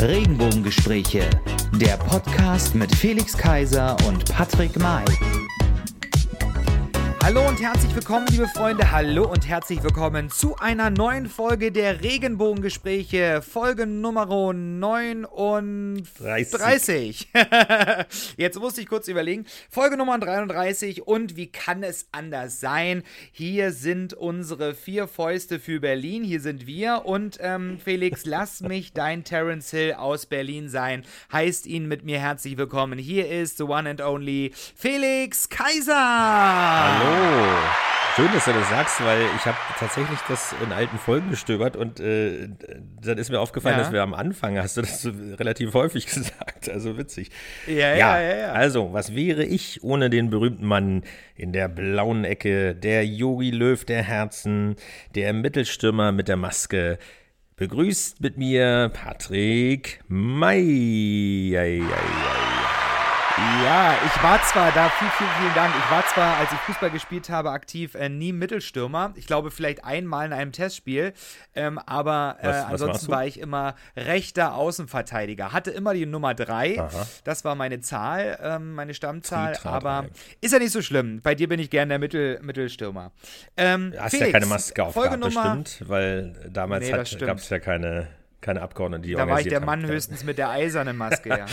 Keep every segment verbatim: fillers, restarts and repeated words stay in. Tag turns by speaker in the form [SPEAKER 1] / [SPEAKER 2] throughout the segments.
[SPEAKER 1] Regenbogengespräche, der Podcast mit Felix Kaiser und Patrick May.
[SPEAKER 2] Hallo und herzlich willkommen, liebe Freunde. Hallo und herzlich willkommen zu einer neuen Folge der Regenbogengespräche. Folge Nummer neununddreißig. Jetzt musste ich kurz überlegen. Folge Nummer dreiunddreißig. Und wie kann es anders sein? Hier sind unsere vier Fäuste für Berlin. Hier sind wir. Und ähm, Felix, lass mich dein Terence Hill aus Berlin sein. Heißt ihn mit mir herzlich willkommen. Hier ist the one and only Felix Kaiser.
[SPEAKER 3] Hallo. Schön, dass du das sagst, weil ich habe tatsächlich das in alten Folgen gestöbert und äh, dann ist mir aufgefallen, ja. dass wir am Anfang, hast du das so relativ häufig gesagt, also witzig.
[SPEAKER 2] Ja, ja, ja, ja.
[SPEAKER 3] Also, was wäre ich ohne den berühmten Mann in der blauen Ecke, der Jogi Löw der Herzen, der Mittelstürmer mit der Maske. Begrüßt mit mir Patrick May. Ei, ei, ei.
[SPEAKER 2] Ja, ich war zwar da, vielen, vielen, vielen Dank, ich war zwar, als ich Fußball gespielt habe, aktiv äh, nie Mittelstürmer, ich glaube vielleicht einmal in einem Testspiel, ähm, aber äh, was, was ansonsten war ich immer rechter Außenverteidiger, hatte immer die Nummer drei, das war meine Zahl, ähm, meine Stammzahl, Tritra aber drei. Ist ja nicht so schlimm, bei dir bin ich gern der Mittel, Mittelstürmer. Ähm,
[SPEAKER 3] du hast
[SPEAKER 2] Felix,
[SPEAKER 3] ja keine Maske aufgehabt,
[SPEAKER 2] Nummer,
[SPEAKER 3] bestimmt, weil damals nee, gab es ja keine... Keine Abgeordneten, die
[SPEAKER 2] Da war ich der Mann
[SPEAKER 3] haben.
[SPEAKER 2] höchstens mit der eisernen Maske, ja.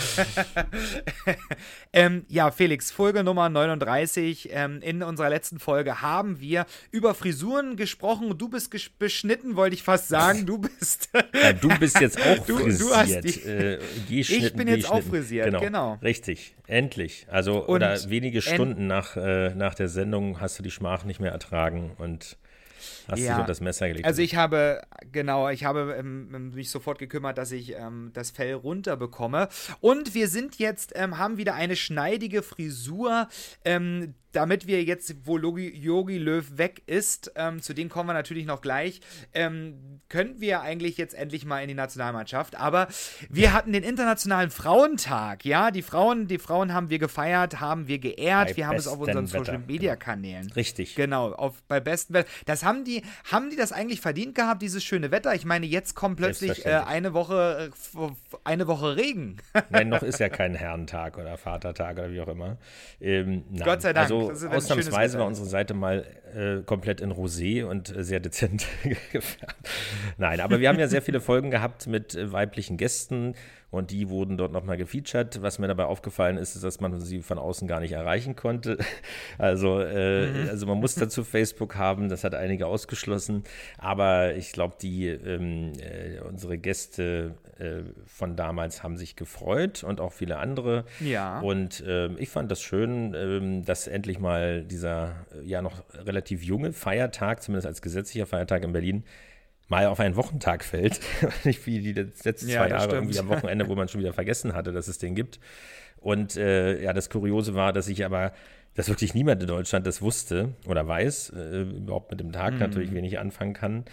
[SPEAKER 2] ähm, ja, Felix, Folge Nummer neununddreißig. Ähm, in unserer letzten Folge haben wir über Frisuren gesprochen. Du bist ges- beschnitten, wollte ich fast sagen. Du bist
[SPEAKER 3] ja, du bist jetzt auch
[SPEAKER 2] du,
[SPEAKER 3] frisiert.
[SPEAKER 2] Du hast die,
[SPEAKER 3] äh,
[SPEAKER 2] ich bin jetzt auch frisiert, genau. genau.
[SPEAKER 3] Richtig, endlich. Also
[SPEAKER 2] und
[SPEAKER 3] oder wenige Stunden nach, äh, nach der Sendung hast du die Schmach nicht mehr ertragen und hast ja. dich unter das Messer gelegt.
[SPEAKER 2] Also ich habe, genau, ich habe ähm, mich sofort gekümmert, dass ich ähm, das Fell runterbekomme. Und wir sind jetzt, ähm, haben wieder eine schneidige Frisur, ähm, damit wir jetzt, wo Jogi Löw weg ist, ähm, zu denen kommen wir natürlich noch gleich, ähm, könnten wir eigentlich jetzt endlich mal in die Nationalmannschaft. Aber wir hatten den Internationalen Frauentag, ja, die Frauen, die Frauen haben wir gefeiert, haben wir geehrt,
[SPEAKER 3] bei
[SPEAKER 2] wir haben es auf unseren Social-Media-Kanälen.
[SPEAKER 3] Richtig.
[SPEAKER 2] Genau, auf, bei bestem Wetter. Das haben die, haben die das eigentlich verdient gehabt, dieses schöne Wetter? Ich meine, jetzt kommt plötzlich äh, eine Woche, äh, eine Woche Regen.
[SPEAKER 3] Nein, noch ist ja kein Herrentag oder Vatertag oder wie auch immer. Ähm, nein.
[SPEAKER 2] Gott sei Dank.
[SPEAKER 3] Also, ausnahmsweise war unsere Seite mal äh, komplett in Rosé und äh, sehr dezent gefärbt. Nein, aber wir haben ja sehr viele Folgen gehabt mit äh, weiblichen Gästen und die wurden dort nochmal gefeatured. Was mir dabei aufgefallen ist, ist, dass man sie von außen gar nicht erreichen konnte. Also, äh, mhm. also man muss dazu Facebook haben, das hat einige ausgeschlossen. Aber ich glaube, die ähm, äh, unsere Gäste äh, von damals haben sich gefreut und auch viele andere.
[SPEAKER 2] Ja.
[SPEAKER 3] Und äh, ich fand das schön, äh, dass endlich mal dieser äh, ja noch relativ junge Feiertag, zumindest als gesetzlicher Feiertag in Berlin, mal auf einen Wochentag fällt. Nicht wie die letzten
[SPEAKER 2] ja,
[SPEAKER 3] zwei Jahre
[SPEAKER 2] stimmt.
[SPEAKER 3] irgendwie am Wochenende, wo man schon wieder vergessen hatte, dass es den gibt. Und äh, ja, das Kuriose war, dass ich aber, dass wirklich niemand in Deutschland das wusste oder weiß, äh, überhaupt mit dem Tag mhm. natürlich wenig anfangen kann.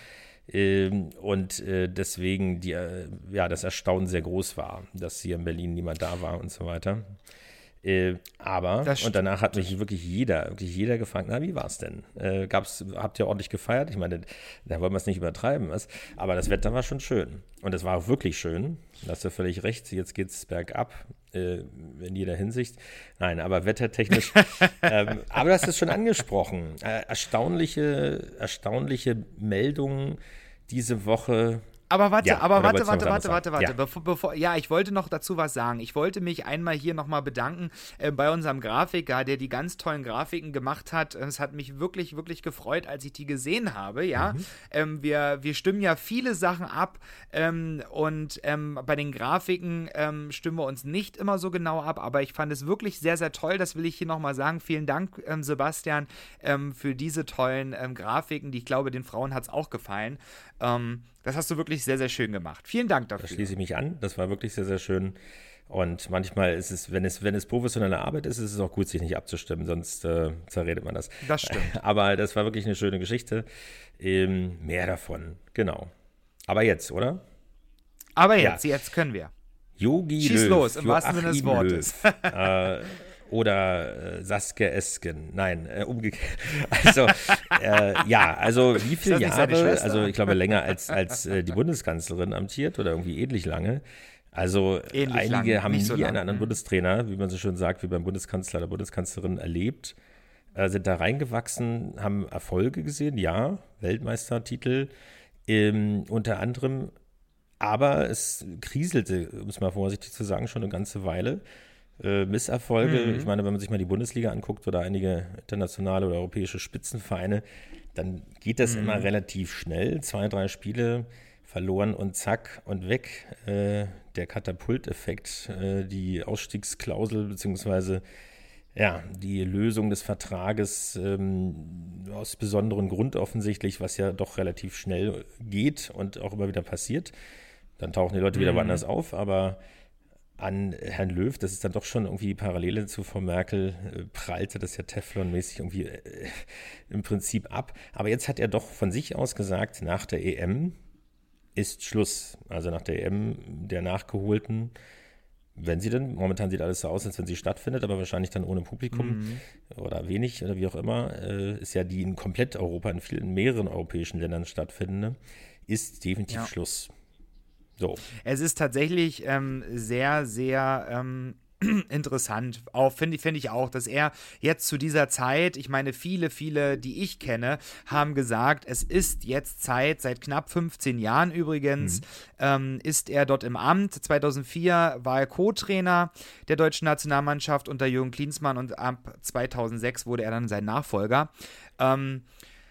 [SPEAKER 3] Ähm, und äh, deswegen die, äh, ja, das Erstaunen sehr groß war, dass hier in Berlin niemand da war und so weiter. Äh, aber, das und danach hat mich wirklich jeder, wirklich jeder gefragt, na, wie war's denn? Äh, gab's, habt ihr ordentlich gefeiert? Ich meine, da wollen wir es nicht übertreiben, was? Aber das Wetter war schon schön. Und es war auch wirklich schön. Da hast du völlig recht, jetzt geht's bergab, äh, in jeder Hinsicht. Nein, aber wettertechnisch, ähm, aber du hast es schon angesprochen. Äh, erstaunliche, erstaunliche Meldungen diese Woche.
[SPEAKER 2] Aber warte,
[SPEAKER 3] ja,
[SPEAKER 2] aber warte, warte, warte, warte, warte,
[SPEAKER 3] ja.
[SPEAKER 2] Bevor, bevor, ja, ich wollte noch dazu was sagen. Ich wollte mich einmal hier nochmal bedanken äh, bei unserem Grafiker, der die ganz tollen Grafiken gemacht hat. Es hat mich wirklich, wirklich gefreut, als ich die gesehen habe, ja. Mhm. Ähm, wir, wir stimmen ja viele Sachen ab ähm, und ähm, bei den Grafiken ähm, stimmen wir uns nicht immer so genau ab, aber ich fand es wirklich sehr, sehr toll. Das will ich hier nochmal sagen. Vielen Dank, ähm, Sebastian, ähm, für diese tollen ähm, Grafiken, die ich glaube, den Frauen hat es auch gefallen. Ähm, Das hast du wirklich sehr, sehr schön gemacht. Vielen Dank dafür.
[SPEAKER 3] Da schließe ich mich an. Das war wirklich sehr, sehr schön. Und manchmal ist es, wenn es, wenn es professionelle Arbeit ist, ist es auch gut, sich nicht abzustimmen, sonst äh, zerredet man das.
[SPEAKER 2] Das stimmt.
[SPEAKER 3] Aber das war wirklich eine schöne Geschichte. Ähm, mehr davon, genau. Aber jetzt, oder?
[SPEAKER 2] Aber jetzt, ja. jetzt können wir.
[SPEAKER 3] Jogi
[SPEAKER 2] Schieß
[SPEAKER 3] Löw.
[SPEAKER 2] los, im wahrsten Sinne des Wortes.
[SPEAKER 3] äh, oder äh, Saskia Esken. Nein, äh, umgekehrt. Also, äh, ja, also wie viele Jahre, also ich glaube länger als, als äh, die Bundeskanzlerin amtiert oder irgendwie ähnlich lange. Also
[SPEAKER 2] Ähnlich
[SPEAKER 3] einige
[SPEAKER 2] lang,
[SPEAKER 3] haben
[SPEAKER 2] nicht
[SPEAKER 3] nie
[SPEAKER 2] so
[SPEAKER 3] einen
[SPEAKER 2] lang.
[SPEAKER 3] anderen Bundestrainer, wie man so schön sagt, wie beim Bundeskanzler oder Bundeskanzlerin erlebt, äh, sind da reingewachsen, haben Erfolge gesehen, ja, Weltmeistertitel, ähm, unter anderem, aber es kriselte, um es mal vorsichtig zu sagen, schon eine ganze Weile. Äh, Misserfolge,
[SPEAKER 2] Mhm.
[SPEAKER 3] ich meine, wenn man sich mal die Bundesliga anguckt oder einige internationale oder europäische Spitzenvereine, dann geht das
[SPEAKER 2] Mhm.
[SPEAKER 3] immer relativ schnell. Zwei, drei Spiele verloren und zack und weg. Äh, der Katapulteffekt, äh, die Ausstiegsklausel beziehungsweise ja, die Lösung des Vertrages ähm, aus besonderem Grund offensichtlich, was ja doch relativ schnell geht und auch immer wieder passiert. Dann tauchen die Leute wieder
[SPEAKER 2] Mhm.
[SPEAKER 3] woanders auf, aber an Herrn Löw, das ist dann doch schon irgendwie die Parallele zu Frau Merkel, äh, prallte das ja Teflonmäßig irgendwie äh, im Prinzip ab. Aber jetzt hat er doch von sich aus gesagt, nach der E M ist Schluss. Also nach der E M der nachgeholten, wenn sie denn, momentan sieht alles so aus, als wenn sie stattfindet, aber wahrscheinlich dann ohne Publikum
[SPEAKER 2] Mhm.
[SPEAKER 3] oder wenig oder wie auch immer, äh, ist ja die in komplett Europa, in vielen, mehreren europäischen Ländern stattfindende, ist definitiv
[SPEAKER 2] Ja.
[SPEAKER 3] Schluss. So.
[SPEAKER 2] Es ist tatsächlich ähm, sehr, sehr ähm, interessant. Auch finde find ich auch, dass er jetzt zu dieser Zeit, ich meine, viele, viele, die ich kenne, haben gesagt, es ist jetzt Zeit, seit knapp fünfzehn Jahren übrigens,
[SPEAKER 3] Mhm.
[SPEAKER 2] ähm, ist er dort im Amt. zweitausendvier war er Co-Trainer der deutschen Nationalmannschaft unter Jürgen Klinsmann und ab zweitausendsechs wurde er dann sein Nachfolger. Ähm,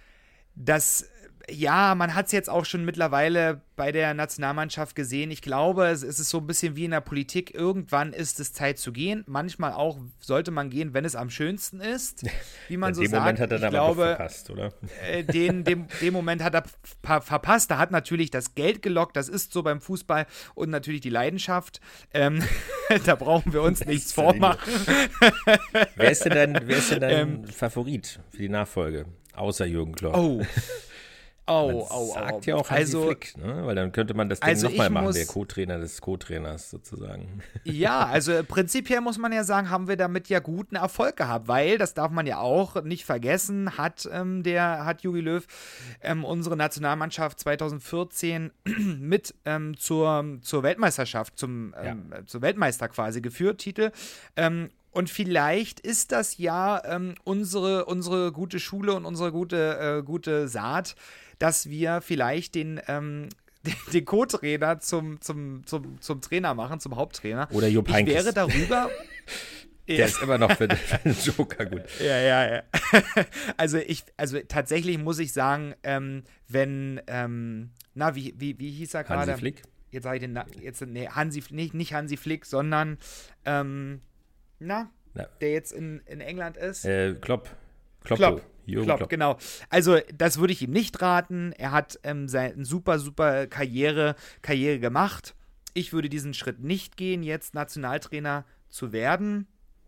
[SPEAKER 2] das Ja, man hat es jetzt auch schon mittlerweile bei der Nationalmannschaft gesehen. Ich glaube, es, es ist so ein bisschen wie in der Politik. Irgendwann ist es Zeit zu gehen. Manchmal auch sollte man gehen, wenn es am schönsten ist, wie man
[SPEAKER 3] In
[SPEAKER 2] so
[SPEAKER 3] dem
[SPEAKER 2] sagt.
[SPEAKER 3] Moment hat er
[SPEAKER 2] ich
[SPEAKER 3] dann aber
[SPEAKER 2] glaube,
[SPEAKER 3] verpasst, oder?
[SPEAKER 2] äh, den, dem, dem Moment hat er pa- verpasst. Da hat natürlich das Geld gelockt. Das ist so beim Fußball und natürlich die Leidenschaft. Ähm, da brauchen wir uns nichts
[SPEAKER 3] Beste Linie.
[SPEAKER 2] vormachen.
[SPEAKER 3] Wer ist denn dein, wer ist denn dein
[SPEAKER 2] Ähm,
[SPEAKER 3] Favorit für die Nachfolge? Außer Jürgen Klopp.
[SPEAKER 2] Oh.
[SPEAKER 3] Man
[SPEAKER 2] Oh, oh,
[SPEAKER 3] sagt
[SPEAKER 2] oh.
[SPEAKER 3] ja auch Hansi
[SPEAKER 2] Also,
[SPEAKER 3] Flick, ne? Weil dann könnte man das Ding
[SPEAKER 2] also
[SPEAKER 3] nochmal
[SPEAKER 2] ich
[SPEAKER 3] machen,
[SPEAKER 2] muss-
[SPEAKER 3] der Co-Trainer des Co-Trainers sozusagen.
[SPEAKER 2] Ja, also prinzipiell muss man ja sagen, haben wir damit ja guten Erfolg gehabt, weil, das darf man ja auch nicht vergessen, hat ähm, der, hat Jogi Löw ähm, unsere Nationalmannschaft zweitausendvierzehn mit ähm, zur, zur Weltmeisterschaft, zum, ähm, zur Weltmeister quasi geführt, Titel. Ähm, Und vielleicht ist das ja ähm, unsere, unsere gute Schule und unsere gute, äh, gute Saat, dass wir vielleicht den, ähm, den, den Co-Trainer zum, zum, zum, zum Trainer machen, zum Haupttrainer.
[SPEAKER 3] Oder Jupp
[SPEAKER 2] Ich
[SPEAKER 3] Heynckes.
[SPEAKER 2] wäre darüber.
[SPEAKER 3] Der ist immer noch für den, für den Joker gut.
[SPEAKER 2] Ja, ja, ja. Also ich, also tatsächlich muss ich sagen, ähm, wenn, ähm, na, wie, wie, wie hieß er gerade?
[SPEAKER 3] Hansi Flick?
[SPEAKER 2] Jetzt sage ich den, Na- jetzt, nee, Hansi, nicht, nicht Hansi Flick, sondern, ähm, na,
[SPEAKER 3] Na.
[SPEAKER 2] der jetzt in, in England ist.
[SPEAKER 3] Äh, Klopp. Kloppo.
[SPEAKER 2] Klopp.
[SPEAKER 3] Jürgen
[SPEAKER 2] Klopp,
[SPEAKER 3] Klopp.
[SPEAKER 2] genau. Also, das würde ich ihm nicht raten. Er hat ähm, seine super, super Karriere, Karriere gemacht. Ich würde diesen Schritt nicht gehen, jetzt Nationaltrainer zu werden.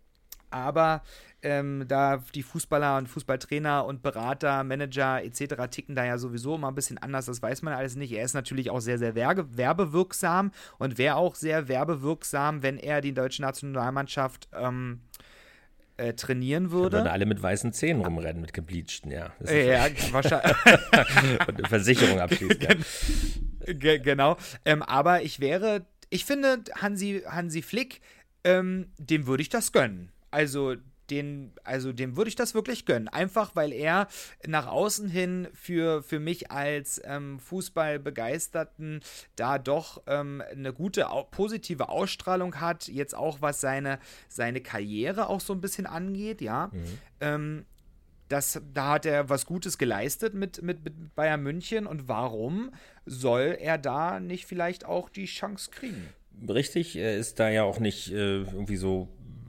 [SPEAKER 2] Aber ähm, da die Fußballer und Fußballtrainer und Berater, Manager et cetera ticken da ja sowieso immer ein bisschen anders, das weiß man alles nicht. Er ist natürlich auch sehr, sehr werbe- werbewirksam und wäre auch sehr werbewirksam, wenn er die deutsche Nationalmannschaft ähm, äh, trainieren würde.
[SPEAKER 3] Würden alle mit weißen Zähnen rumrennen, mit gebleachten, ja. Das ist
[SPEAKER 2] Ja, wahrscheinlich.
[SPEAKER 3] und eine Versicherung abschließen. Ja.
[SPEAKER 2] Ge- genau. Ähm, aber ich wäre, ich finde, Hansi, Hansi Flick, ähm, dem würde ich das gönnen. Also, den, also dem würde ich das wirklich gönnen. Einfach, weil er nach außen hin für, für mich als ähm, Fußballbegeisterten da doch ähm, eine gute, au- positive Ausstrahlung hat. Jetzt auch, was seine, seine Karriere auch so ein bisschen angeht, ja.
[SPEAKER 3] Mhm.
[SPEAKER 2] Ähm, Das, da hat er was Gutes geleistet mit, mit, mit Bayern München. Und warum soll er da nicht vielleicht auch die Chance kriegen?
[SPEAKER 3] Richtig, er ist da ja auch nicht äh, irgendwie so,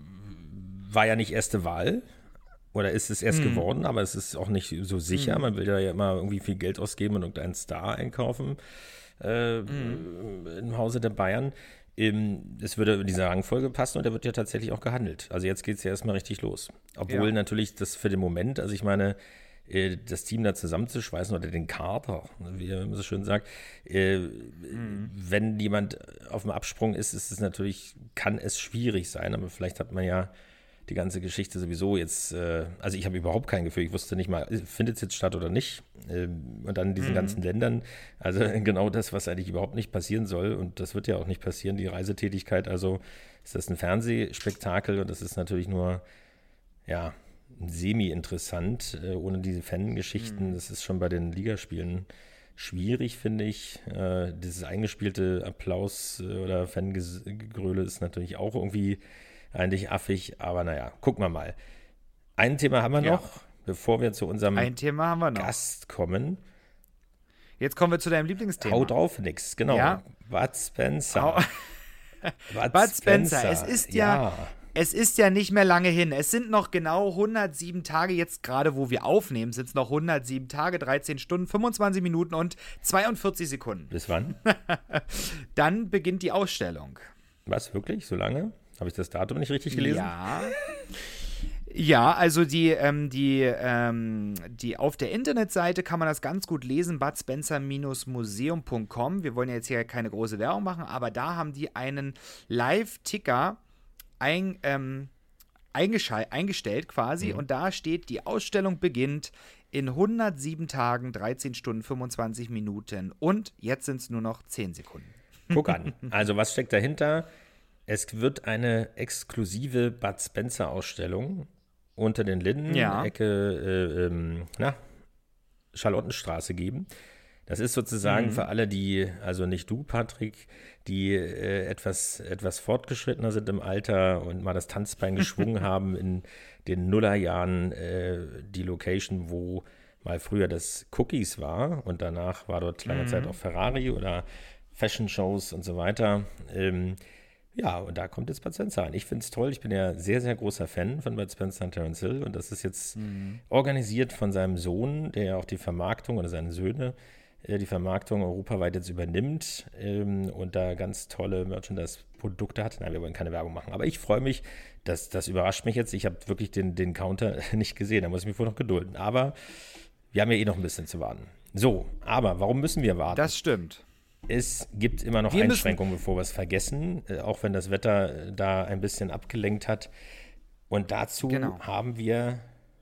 [SPEAKER 3] war ja nicht erste Wahl oder ist es erst
[SPEAKER 2] Mhm.
[SPEAKER 3] geworden, aber es ist auch nicht so sicher. Man will da ja immer irgendwie viel Geld ausgeben und irgendeinen Star einkaufen äh, im Hause der Bayern. Ähm, Es würde in diese Rangfolge passen und er wird ja tatsächlich auch gehandelt. Also jetzt geht es ja erstmal richtig los. Obwohl
[SPEAKER 2] Ja.
[SPEAKER 3] natürlich das für den Moment, also ich meine, äh, das Team da zusammenzuschweißen oder den Kader, wie man so schön sagt, äh, wenn jemand auf dem Absprung ist, ist es natürlich, kann es schwierig sein, aber vielleicht hat man ja die ganze Geschichte sowieso jetzt, äh, also ich habe überhaupt kein Gefühl, ich wusste nicht mal, findet es jetzt statt oder nicht. Ähm, und dann in diesen mhm. ganzen Ländern, also genau das, was eigentlich überhaupt nicht passieren soll. Und das wird ja auch nicht passieren, die Reisetätigkeit. Also ist das ein Fernsehspektakel und das ist natürlich nur, ja, semi-interessant, äh, ohne diese Fangeschichten. Mhm. Das ist schon bei den Ligaspielen schwierig, finde ich. Äh, dieses eingespielte Applaus äh, oder Fangegröle ist natürlich auch irgendwie eigentlich affig, aber naja, gucken wir mal. Ein Thema haben wir ja. noch, bevor wir zu unserem
[SPEAKER 2] Ein Thema haben wir noch.
[SPEAKER 3] Gast kommen.
[SPEAKER 2] Jetzt kommen wir zu deinem Lieblingsthema.
[SPEAKER 3] Hau drauf, nix, genau.
[SPEAKER 2] Ja.
[SPEAKER 3] Bud Spencer.
[SPEAKER 2] Bud, Bud Spencer. Spencer, es ist ja, ja, es ist ja nicht mehr lange hin. Es sind noch genau hundertsieben Tage, jetzt gerade wo wir aufnehmen, sind es noch hundertsieben Tage, dreizehn Stunden, fünfundzwanzig Minuten und zweiundvierzig Sekunden.
[SPEAKER 3] Bis wann?
[SPEAKER 2] Dann beginnt die Ausstellung.
[SPEAKER 3] Was, wirklich? So lange? Habe ich das Datum nicht richtig gelesen?
[SPEAKER 2] Ja. Ja, also die, ähm, die, ähm, die auf der Internetseite kann man das ganz gut lesen, bud spencer Bindestrich museum Punkt com. Wir wollen ja jetzt hier keine große Werbung machen, aber da haben die einen Live-Ticker ein, ähm, eingestellt quasi mhm. und da steht, die Ausstellung beginnt in hundertsieben Tagen, dreizehn Stunden, fünfundzwanzig Minuten und jetzt sind es nur noch zehn Sekunden.
[SPEAKER 3] Guck an, also was steckt dahinter? Es wird eine exklusive Bud Spencer-Ausstellung unter den Linden,
[SPEAKER 2] ja.
[SPEAKER 3] Ecke äh, ähm, na, Charlottenstraße geben. Das ist sozusagen mhm. für alle, die, also nicht du, Patrick, die äh, etwas, etwas fortgeschrittener sind im Alter und mal das Tanzbein geschwungen haben in den Nullerjahren, äh, die Location, wo mal früher das Cookies war und danach war dort lange mhm. Zeit auch Ferrari oder Fashion-Shows und so weiter. Ähm, Ja, und da kommt jetzt Bud Spencer an. Ich finde es toll. Ich bin ja sehr, sehr großer Fan von Bud Spencer und Terence Hill. Und das ist jetzt mhm. organisiert von seinem Sohn, der ja auch die Vermarktung, oder seine Söhne, äh, die Vermarktung europaweit jetzt übernimmt ähm, und da ganz tolle Merchandise-Produkte hat. Nein, wir wollen keine Werbung machen. Aber ich freue mich, dass, das überrascht mich jetzt. Ich habe wirklich den, den Counter nicht gesehen. Da muss ich mich wohl noch gedulden. Aber wir haben ja eh noch ein bisschen zu warten. So, aber warum müssen wir warten?
[SPEAKER 2] Das stimmt.
[SPEAKER 3] Es gibt immer noch wir Einschränkungen, bevor wir es vergessen, äh, auch wenn das Wetter da ein bisschen abgelenkt hat. Und dazu genau. haben wir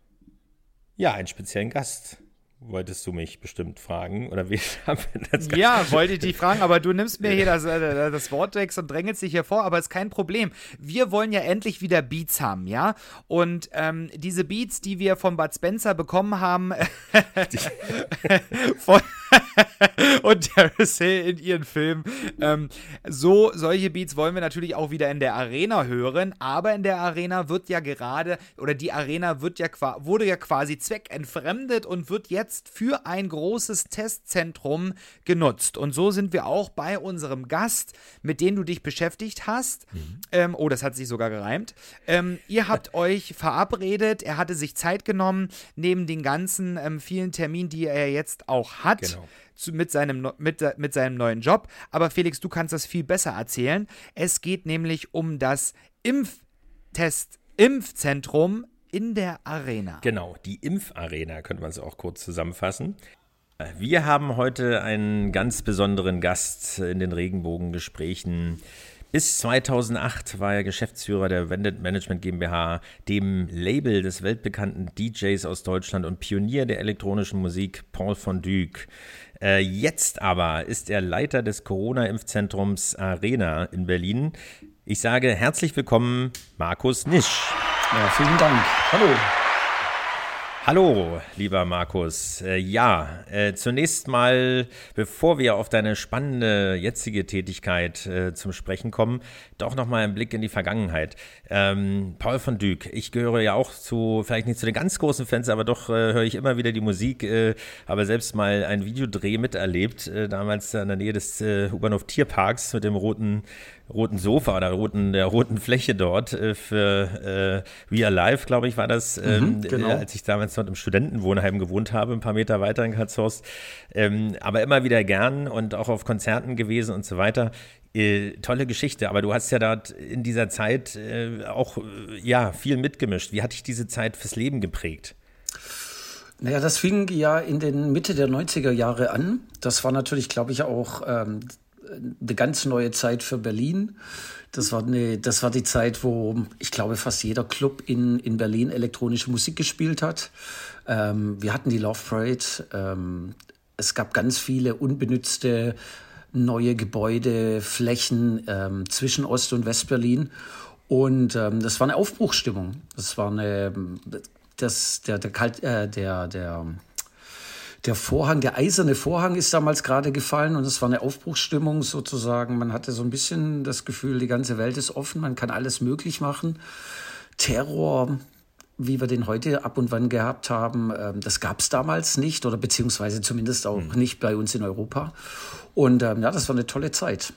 [SPEAKER 3] ja einen speziellen Gast. Wolltest du mich bestimmt fragen? Oder wie haben wir das Gast?
[SPEAKER 2] Ja, wollte ich dich fragen, aber du nimmst mir hier das, äh, das Wort weg und drängelst dich hier vor, aber ist kein Problem. Wir wollen ja endlich wieder Beats haben, ja? Und ähm, diese Beats, die wir von Bud Spencer bekommen haben, von und Terence Hill in ihren Filmen. Ähm, so, solche Beats wollen wir natürlich auch wieder in der Arena hören, aber in der Arena wird ja gerade, oder die Arena wird ja, wurde ja quasi zweckentfremdet und wird jetzt für ein großes Testzentrum genutzt. Und so sind wir auch bei unserem Gast, mit dem du dich beschäftigt hast. Mhm. Ähm, oh, das hat sich sogar gereimt. Ähm, ihr habt euch verabredet, er hatte sich Zeit genommen, neben den ganzen ähm, vielen Terminen, die er jetzt auch hat. Genau. Zu, mit, seinem, mit, mit seinem neuen Job. Aber Felix, du kannst das viel besser erzählen. Es geht nämlich um das Impftest, Impfzentrum in der Arena.
[SPEAKER 3] Genau, die Impfarena, könnte man es auch kurz zusammenfassen. Wir haben heute einen ganz besonderen Gast in den Regenbogengesprächen. Bis zweitausendacht war er Geschäftsführer der Vended Management GmbH, dem Label des weltbekannten D Js aus Deutschland und Pionier der elektronischen Musik Paul von Dyk. Äh, jetzt aber ist er Leiter des Corona-Impfzentrums Arena in Berlin. Ich sage herzlich willkommen, Markus Nisch.
[SPEAKER 4] Ja, vielen Dank. Hallo.
[SPEAKER 3] Hallo, lieber Markus. Äh, ja, äh, zunächst mal, bevor wir auf deine spannende jetzige Tätigkeit äh, zum Sprechen kommen, doch nochmal ein Blick in die Vergangenheit. Ähm, Paul von Dyk, ich gehöre ja auch zu, vielleicht nicht zu den ganz großen Fans, aber doch äh, höre ich immer wieder die Musik, äh, habe selbst mal ein Videodreh miterlebt, äh, damals in der Nähe des äh, U-Bahnhof Tierparks mit dem roten roten Sofa oder roten, der roten Fläche dort äh, für äh, We Are Live, glaube ich, war das, ähm, mhm, genau. äh, als ich damals noch im Studentenwohnheim gewohnt habe, ein paar Meter weiter in Karlshorst. Ähm, aber immer wieder gern und auch auf Konzerten gewesen und so weiter. Äh, tolle Geschichte, aber du hast ja dort in dieser Zeit äh, auch äh, ja, viel mitgemischt. Wie hat dich diese Zeit fürs Leben geprägt?
[SPEAKER 4] Naja, das fing ja in den Mitte der neunziger Jahre an. Das war natürlich, glaube ich, auch ähm, eine ganz neue Zeit für Berlin. Das war, eine, das war die Zeit, wo ich glaube, fast jeder Club in, in Berlin elektronische Musik gespielt hat. Ähm, wir hatten die Love Parade. Ähm, es gab ganz viele unbenützte neue Gebäude, Flächen ähm, zwischen Ost- und West-Berlin. Und ähm, das war eine Aufbruchsstimmung. Das war eine, das, der, der, Kalt, äh, der, der, der Vorhang, der eiserne Vorhang ist damals gerade gefallen und es war eine Aufbruchsstimmung sozusagen. Man hatte so ein bisschen das Gefühl, die ganze Welt ist offen, man kann alles möglich machen. Terror, wie wir den heute ab und wann gehabt haben, ähm, das gab es damals nicht oder beziehungsweise zumindest auch mhm. nicht bei uns in Europa. Und ähm, ja, das war eine tolle Zeit.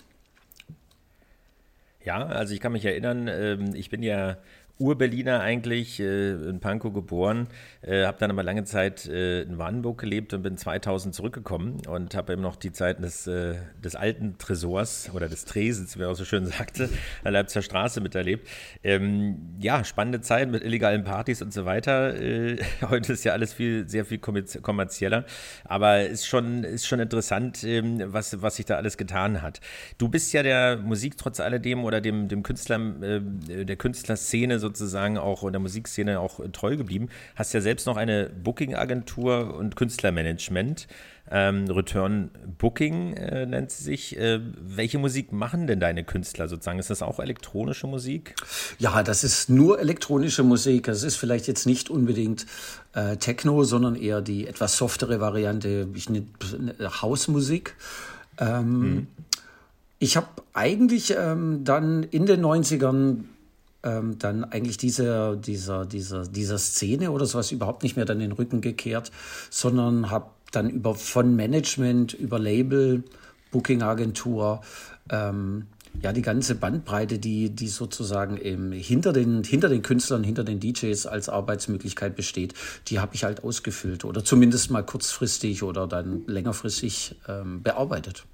[SPEAKER 3] Ja, also ich kann mich erinnern, ähm, ich bin ja Ur-Berliner eigentlich, äh, in Pankow geboren, äh, habe dann aber lange Zeit äh, in Wardenburg gelebt und bin zweitausend zurückgekommen und habe eben noch die Zeiten des, äh, des alten Tresors oder des Tresens, wie man auch so schön sagte, an der Leipziger Straße miterlebt. Ähm, ja, spannende Zeit mit illegalen Partys und so weiter. Äh, heute ist ja alles viel, sehr viel kommerzieller, aber ist schon, ist schon interessant, ähm, was, was sich da alles getan hat. Du bist ja der Musik trotz alledem oder dem, dem Künstler, äh, der Künstlerszene sozusagen auch und der Musikszene auch treu geblieben. Hast ja selbst noch eine Booking-Agentur und Künstlermanagement. Ähm, Return Booking äh, nennt sie sich. Äh, welche Musik machen denn deine Künstler sozusagen? Ist das auch elektronische Musik?
[SPEAKER 4] Ja, das ist nur elektronische Musik. Das ist vielleicht jetzt nicht unbedingt äh, Techno, sondern eher die etwas softere Variante, ich nenne Hausmusik. Ähm, hm. Ich habe eigentlich ähm, dann in den neunzigern Ähm, dann eigentlich diese, dieser, dieser, dieser Szene oder sowas überhaupt nicht mehr dann den Rücken gekehrt, sondern habe dann über von Management, über Label, Booking-Agentur, ähm, ja die ganze Bandbreite, die, die sozusagen eben hinter den, hinter den Künstlern, hinter den D Js als Arbeitsmöglichkeit besteht, die habe ich halt ausgefüllt oder zumindest mal kurzfristig oder dann längerfristig ähm, bearbeitet.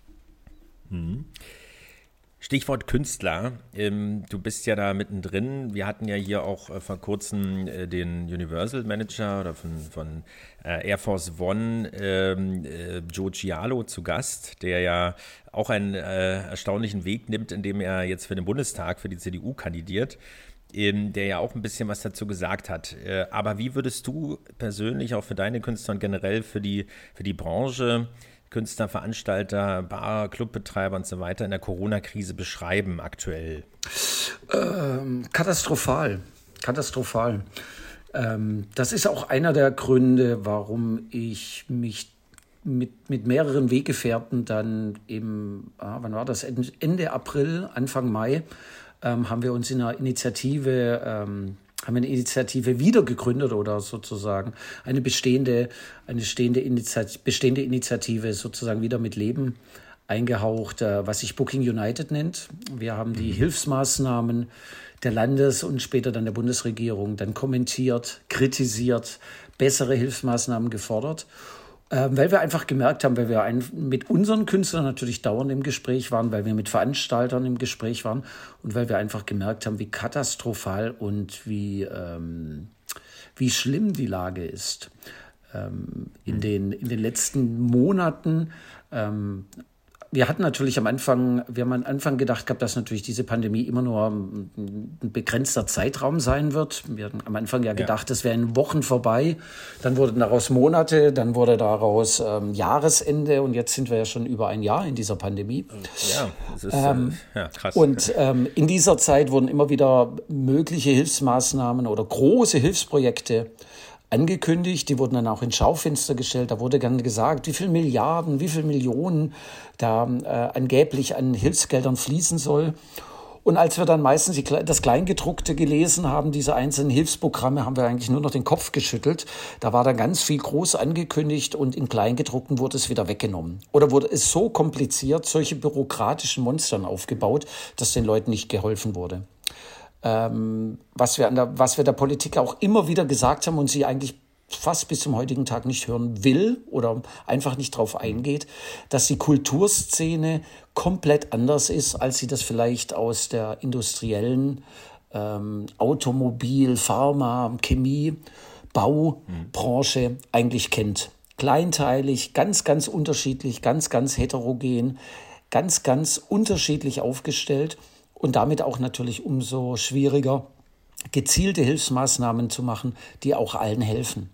[SPEAKER 3] Mhm. Stichwort Künstler, ähm, du bist ja da mittendrin. Wir hatten ja hier auch äh, vor kurzem äh, den Universal Manager oder von, von äh, Air Force One, ähm, äh, Joe Giallo zu Gast, der ja auch einen äh, erstaunlichen Weg nimmt, indem er jetzt für den Bundestag, für die C D U kandidiert, ähm, der ja auch ein bisschen was dazu gesagt hat. Äh, aber wie würdest du persönlich auch für deine Künstler und generell für die, für die Branche, Künstler, Veranstalter, Bar, Clubbetreiber und so weiter in der Corona-Krise beschreiben aktuell?
[SPEAKER 4] Ähm, katastrophal. Katastrophal. Ähm, das ist auch einer der Gründe, warum ich mich mit, mit mehreren Weggefährten dann im, ah, wann war das, Ende April, Anfang Mai, ähm, haben wir uns in einer Initiative ähm, haben wir eine Initiative wieder gegründet oder sozusagen eine bestehende, eine stehende Initiative, bestehende Initiative sozusagen wieder mit Leben eingehaucht, was sich Booking United nennt. Wir haben die Hilfsmaßnahmen der Landes- und später dann der Bundesregierung dann kommentiert, kritisiert, bessere Hilfsmaßnahmen gefordert. Ähm, weil wir einfach gemerkt haben, weil wir ein, mit unseren Künstlern natürlich dauernd im Gespräch waren, weil wir mit Veranstaltern im Gespräch waren und weil wir einfach gemerkt haben, wie katastrophal und wie, ähm, wie schlimm die Lage ist. Ähm, in, den, in den letzten Monaten ähm, wir hatten natürlich am Anfang, wir haben am Anfang gedacht gehabt, dass natürlich diese Pandemie immer nur ein begrenzter Zeitraum sein wird. Wir hatten am Anfang ja gedacht, es wären Wochen vorbei. Dann wurden daraus Monate, dann wurde daraus ähm, Jahresende und jetzt sind wir ja schon über ein Jahr in dieser Pandemie.
[SPEAKER 3] Ja, das ist
[SPEAKER 4] ähm,
[SPEAKER 3] äh, ja, krass.
[SPEAKER 4] Und ähm, in dieser Zeit wurden immer wieder mögliche Hilfsmaßnahmen oder große Hilfsprojekte angekündigt, die wurden dann auch ins Schaufenster gestellt. Da wurde dann gesagt, wie viele Milliarden, wie viele Millionen da äh, angeblich an Hilfsgeldern fließen soll. Und als wir dann meistens die, das Kleingedruckte gelesen haben, diese einzelnen Hilfsprogramme, haben wir eigentlich nur noch den Kopf geschüttelt. Da war dann ganz viel groß angekündigt und in Kleingedruckten wurde es wieder weggenommen. Oder wurde es so kompliziert, solche bürokratischen Monstern aufgebaut, dass den Leuten nicht geholfen wurde. Ähm, was wir an der, was wir der Politik auch immer wieder gesagt haben und sie eigentlich fast bis zum heutigen Tag nicht hören will oder einfach nicht drauf eingeht, dass die Kulturszene komplett anders ist, als sie das vielleicht aus der industriellen ähm, Automobil-, Pharma-, Chemie-, Baubranche eigentlich kennt. Kleinteilig, ganz, ganz unterschiedlich, ganz, ganz heterogen. ganz, ganz unterschiedlich aufgestellt und damit auch natürlich umso schwieriger, gezielte Hilfsmaßnahmen zu machen, die auch allen helfen.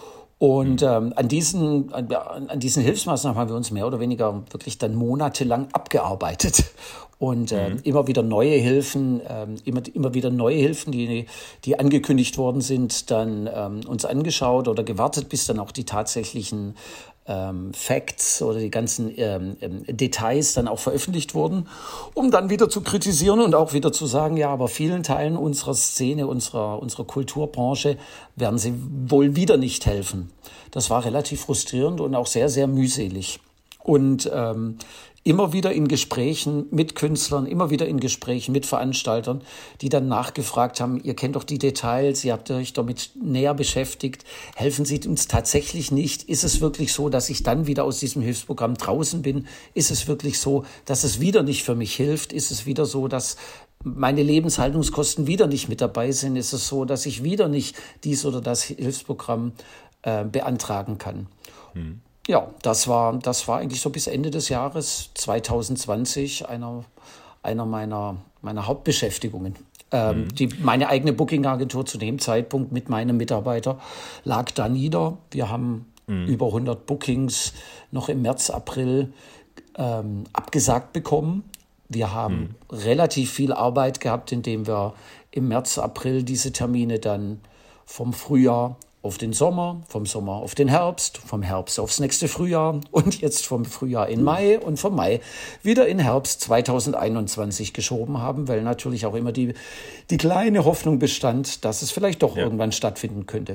[SPEAKER 4] Und ähm, an, diesen, an, an diesen Hilfsmaßnahmen haben wir uns mehr oder weniger wirklich dann monatelang abgearbeitet. Und ähm, mhm. immer wieder neue Hilfen, ähm, immer, immer wieder neue Hilfen, die, die angekündigt worden sind, dann ähm, uns angeschaut oder gewartet, bis dann auch die tatsächlichen ähm, Facts oder die ganzen ähm, ähm, Details dann auch veröffentlicht wurden, um dann wieder zu kritisieren und auch wieder zu sagen, ja, aber vielen Teilen unserer Szene, unserer, unserer Kulturbranche werden sie wohl wieder nicht helfen. Das war relativ frustrierend und auch sehr, sehr mühselig. Und ähm, immer wieder in Gesprächen mit Künstlern, immer wieder in Gesprächen mit Veranstaltern, die dann nachgefragt haben, ihr kennt doch die Details, ihr habt euch damit näher beschäftigt, helfen Sie uns tatsächlich nicht? Ist es wirklich so, dass ich dann wieder aus diesem Hilfsprogramm draußen bin? Ist es wirklich so, dass es wieder nicht für mich hilft? Ist es wieder so, dass meine Lebenshaltungskosten wieder nicht mit dabei sind? Ist es so, dass ich wieder nicht dies oder das Hilfsprogramm äh, beantragen kann? Hm. Ja, das war, das war eigentlich so bis Ende des Jahres zwanzig zwanzig einer, einer meiner, meiner Hauptbeschäftigungen. Ähm, mhm. die, meine eigene Booking-Agentur zu dem Zeitpunkt mit meinem Mitarbeiter lag da nieder. Wir haben mhm. über hundert Bookings noch im März, April ähm, abgesagt bekommen. Wir haben mhm. relativ viel Arbeit gehabt, indem wir im März, April diese Termine dann vom Frühjahr auf den Sommer, vom Sommer auf den Herbst, vom Herbst aufs nächste Frühjahr und jetzt vom Frühjahr in Mai und vom Mai wieder in Herbst zwanzig einundzwanzig geschoben haben, weil natürlich auch immer die, die kleine Hoffnung bestand, dass es vielleicht doch ja. irgendwann stattfinden könnte.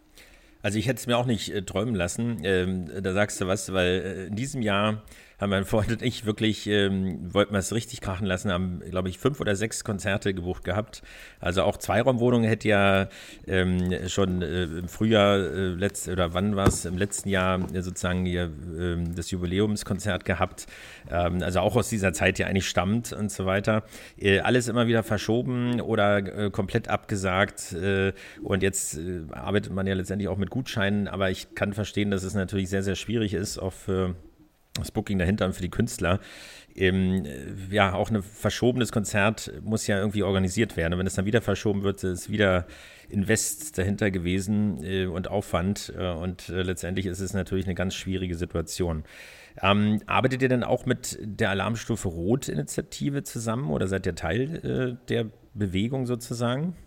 [SPEAKER 3] Also ich hätte es mir auch nicht äh, träumen lassen, ähm, da sagst du was, weil äh, in diesem Jahr haben mein Freund und ich wirklich, ähm, wollten wir es richtig krachen lassen, haben, glaube ich, fünf oder sechs Konzerte gebucht gehabt. Also auch Zweiraumwohnungen hätte ja ähm, schon äh, im Frühjahr, äh, letzt, oder wann war es, im letzten Jahr äh, sozusagen hier äh, das Jubiläumskonzert gehabt. Ähm, also auch aus dieser Zeit ja eigentlich stammt und so weiter. Äh, alles immer wieder verschoben oder äh, komplett abgesagt. Äh, und jetzt äh, arbeitet man ja letztendlich auch mit Gutscheinen. Aber ich kann verstehen, dass es natürlich sehr, sehr schwierig ist, auch für das Booking dahinter und für die Künstler. Ähm, ja, auch ein verschobenes Konzert muss ja irgendwie organisiert werden. Und wenn es dann wieder verschoben wird, ist wieder Invest dahinter gewesen äh, und Aufwand. Äh, und äh, letztendlich ist es natürlich eine ganz schwierige Situation. Ähm, arbeitet ihr denn auch mit der Alarmstufe Rot-Initiative zusammen oder seid ihr Teil äh, der Bewegung sozusagen?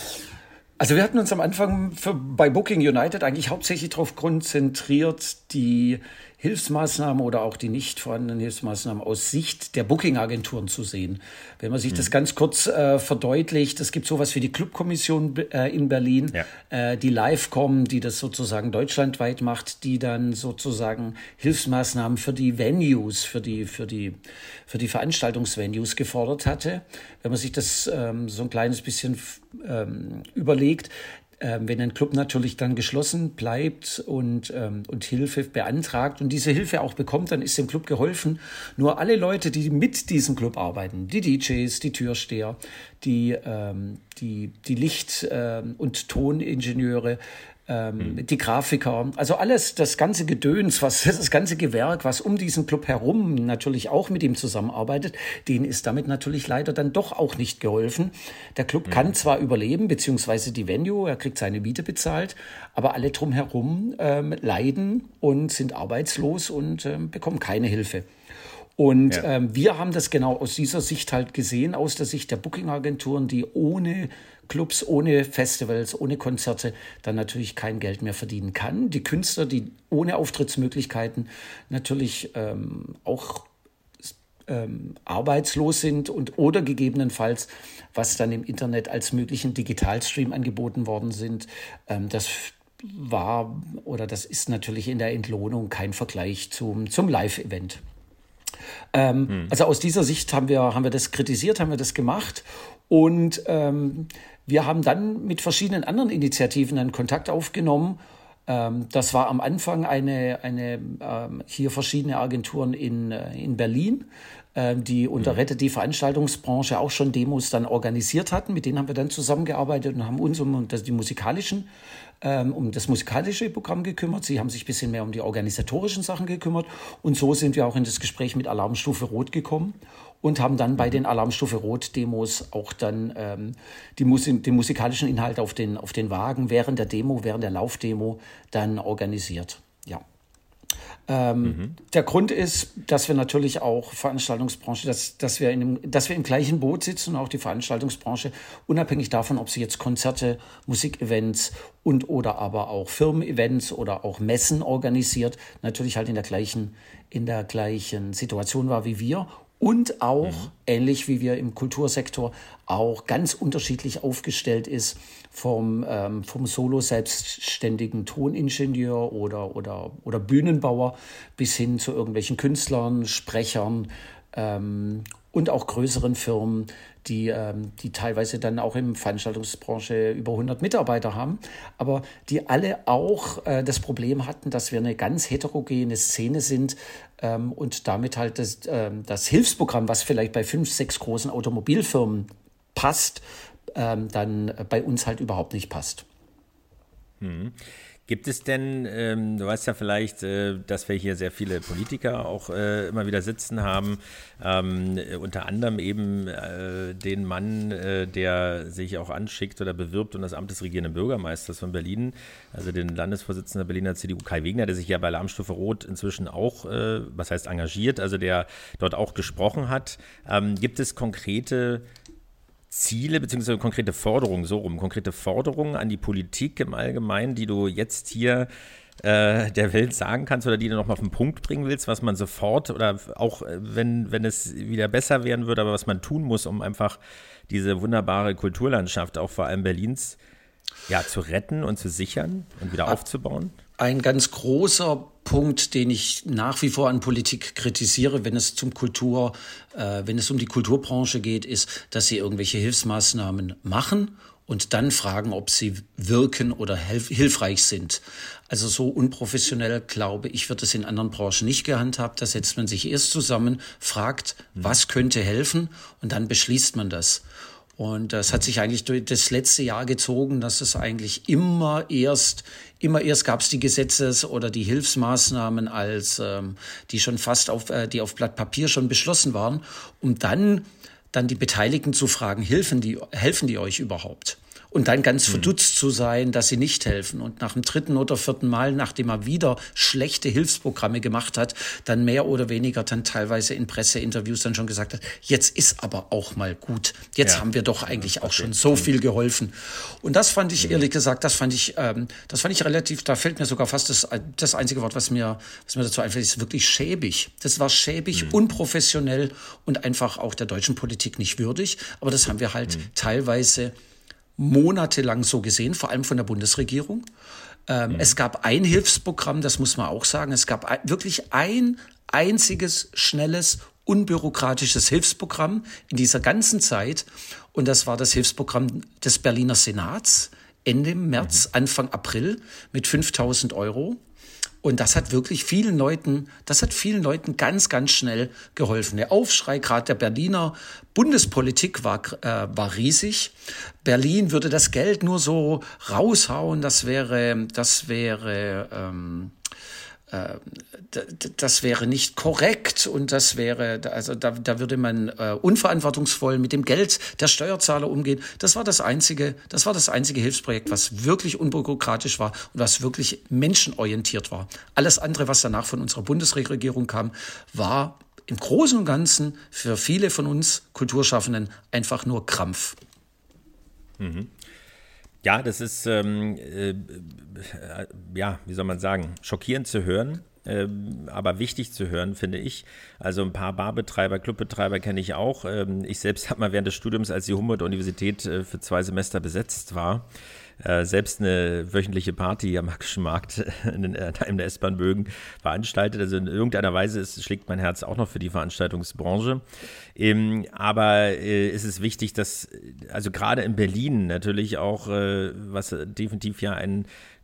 [SPEAKER 4] Also wir hatten uns am Anfang für, bei Booking United eigentlich hauptsächlich darauf konzentriert, die Hilfsmaßnahmen oder auch die nicht vorhandenen Hilfsmaßnahmen aus Sicht der Booking-Agenturen zu sehen. Wenn man sich mhm. das ganz kurz äh, verdeutlicht, es gibt sowas wie die Clubkommission äh, in Berlin, ja. äh, die Livecom, die das sozusagen deutschlandweit macht, die dann sozusagen Hilfsmaßnahmen für die Venues, für die, für die, für die Veranstaltungsvenues gefordert hatte. Wenn man sich das ähm, so ein kleines bisschen ähm, überlegt, Ähm, wenn ein Club natürlich dann geschlossen bleibt und, ähm, und Hilfe beantragt und diese Hilfe auch bekommt, dann ist dem Club geholfen. Nur alle Leute, die mit diesem Club arbeiten, die D Js, die Türsteher, die, ähm, die, die Licht- ähm, und Toningenieure, ähm, die Grafiker, also alles, das ganze Gedöns, was, das ganze Gewerk, was um diesen Club herum natürlich auch mit ihm zusammenarbeitet, denen ist damit natürlich leider dann doch auch nicht geholfen. Der Club mhm. kann zwar überleben, beziehungsweise die Venue, er kriegt seine Miete bezahlt, aber alle drumherum ähm, leiden und sind arbeitslos und ähm, bekommen keine Hilfe. Und ja. ähm, wir haben das genau aus dieser Sicht halt gesehen, aus der Sicht der Booking-Agenturen, die ohne Clubs, ohne Festivals, ohne Konzerte dann natürlich kein Geld mehr verdienen kann. Die Künstler, die ohne Auftrittsmöglichkeiten natürlich ähm, auch ähm, arbeitslos sind und oder gegebenenfalls, was dann im Internet als möglichen Digitalstream angeboten worden sind, ähm, das war oder das ist natürlich in der Entlohnung kein Vergleich zum, zum Live-Event. Ähm, hm. Also aus dieser Sicht haben wir, haben wir das kritisiert, haben wir das gemacht und ähm, wir haben dann mit verschiedenen anderen Initiativen einen Kontakt aufgenommen, Ähm, das war am Anfang eine, eine ähm, hier verschiedene Agenturen in, äh, in Berlin, äh, die unter Rettet die Veranstaltungsbranche auch schon Demos dann organisiert hatten. Mit denen haben wir dann zusammengearbeitet und haben uns um, um das, die musikalischen ähm, um das musikalische Programm gekümmert. Sie haben sich ein bisschen mehr um die organisatorischen Sachen gekümmert. Und so sind wir auch in das Gespräch mit Alarmstufe Rot gekommen und haben dann bei den Alarmstufe Rot-Demos auch dann ähm, die Musik, den musikalischen Inhalt auf den, auf den Wagen während der Demo, während der Laufdemo dann organisiert. Ja. Ähm, mhm. Der Grund ist, dass wir natürlich auch Veranstaltungsbranche, dass, dass, wir in dem, dass wir im gleichen Boot sitzen und auch die Veranstaltungsbranche, unabhängig davon, ob sie jetzt Konzerte, Musikevents und oder aber auch Firmen-Events oder auch Messen organisiert, natürlich halt in der gleichen, in der gleichen Situation war wie wir. Und auch, mhm. ähnlich wie wir im Kultursektor, auch ganz unterschiedlich aufgestellt ist vom, ähm, vom Solo-selbstständigen Toningenieur oder, oder, oder Bühnenbauer bis hin zu irgendwelchen Künstlern, Sprechern ähm, und auch größeren Firmen, die, ähm, die teilweise dann auch in der Veranstaltungsbranche über hundert Mitarbeiter haben, aber die alle auch äh, das Problem hatten, dass wir eine ganz heterogene Szene sind ähm, und damit halt das, ähm, das Hilfsprogramm, was vielleicht bei fünf, sechs großen Automobilfirmen passt, ähm, dann bei uns halt überhaupt nicht passt.
[SPEAKER 3] Hm. Gibt es denn, ähm, du weißt ja vielleicht, äh, dass wir hier sehr viele Politiker auch äh, immer wieder sitzen haben, ähm, unter anderem eben äh, den Mann, äh, der sich auch anschickt oder bewirbt um das Amt des regierenden Bürgermeisters von Berlin, also den Landesvorsitzenden der Berliner C D U, Kai Wegner, der sich ja bei Alarmstufe Rot inzwischen auch, äh, was heißt engagiert, also der dort auch gesprochen hat. Ähm, gibt es konkrete Ziele bzw. konkrete Forderungen, so rum, konkrete Forderungen an die Politik im Allgemeinen, die du jetzt hier äh, der Welt sagen kannst oder die du noch mal auf den Punkt bringen willst, was man sofort oder auch wenn, wenn es wieder besser werden würde, aber was man tun muss, um einfach diese wunderbare Kulturlandschaft, auch vor allem Berlins, ja, zu retten und zu sichern und wieder aufzubauen?
[SPEAKER 4] Ein ganz großer Punkt, den ich nach wie vor an Politik kritisiere, wenn es zum Kultur, äh, wenn es um die Kulturbranche geht, ist, dass sie irgendwelche Hilfsmaßnahmen machen und dann fragen, ob sie wirken oder hilf- hilfreich sind. Also so unprofessionell, glaube ich, wird es in anderen Branchen nicht gehandhabt. Da setzt man sich erst zusammen, fragt, was könnte helfen und dann beschließt man das. Und das hat sich eigentlich durch das letzte Jahr gezogen, dass es eigentlich immer erst, immer erst gab es die Gesetzes- oder die Hilfsmaßnahmen, als ähm, die schon fast auf, äh, die auf Blatt Papier schon beschlossen waren, um dann, dann die Beteiligten zu fragen, helfen die, helfen die euch überhaupt? Und dann ganz verdutzt zu sein, dass sie nicht helfen. Und nach dem dritten oder vierten Mal, nachdem er wieder schlechte Hilfsprogramme gemacht hat, dann mehr oder weniger dann teilweise in Presseinterviews dann schon gesagt hat, jetzt ist aber auch mal gut. Jetzt ja. haben wir doch eigentlich ja, auch schon so viel geholfen. Und das fand ich, ehrlich gesagt, das fand ich, ähm, das fand ich relativ, da fällt mir sogar fast das, das einzige Wort, was mir, was mir dazu einfällt, ist wirklich schäbig. Das war schäbig, mhm. unprofessionell und einfach auch der deutschen Politik nicht würdig. Aber das haben wir halt mhm. teilweise monatelang so gesehen, vor allem von der Bundesregierung. Ähm, mhm. Es gab ein Hilfsprogramm, das muss man auch sagen. Es gab ein, wirklich ein einziges, schnelles, unbürokratisches Hilfsprogramm in dieser ganzen Zeit. Und das war das Hilfsprogramm des Berliner Senats Ende März, mhm. Anfang April mit fünftausend Euro. Und das hat wirklich vielen Leuten, das hat vielen Leuten ganz, ganz schnell geholfen. Der Aufschrei gerade der Berliner Bundespolitik war, äh, war riesig. Berlin würde das Geld nur so raushauen, das wäre, das wäre, ähm, äh, das wäre nicht korrekt und das wäre, also da, da würde man äh, unverantwortungsvoll mit dem Geld der Steuerzahler umgehen. Das war das einzige, das war das einzige Hilfsprojekt, was wirklich unbürokratisch war und was wirklich menschenorientiert war. Alles andere, was danach von unserer Bundesregierung kam, war im Großen und Ganzen für viele von uns Kulturschaffenden einfach nur Krampf.
[SPEAKER 3] Mhm. Ja, das ist, ähm, äh, ja, wie soll man sagen, schockierend zu hören, äh, aber wichtig zu hören, finde ich. Also ein paar Barbetreiber, Clubbetreiber kenne ich auch. Ähm, ich selbst habe mal während des Studiums, als die Humboldt-Universität äh, für zwei Semester besetzt war, äh, selbst eine wöchentliche Party am Märkischen Markt in, den, äh, in der S-Bahn Bögen veranstaltet. Also in irgendeiner Weise ist, schlägt mein Herz auch noch für die Veranstaltungsbranche. Ähm, aber äh, ist es wichtig, dass, also gerade in Berlin natürlich auch, äh, was definitiv ja ein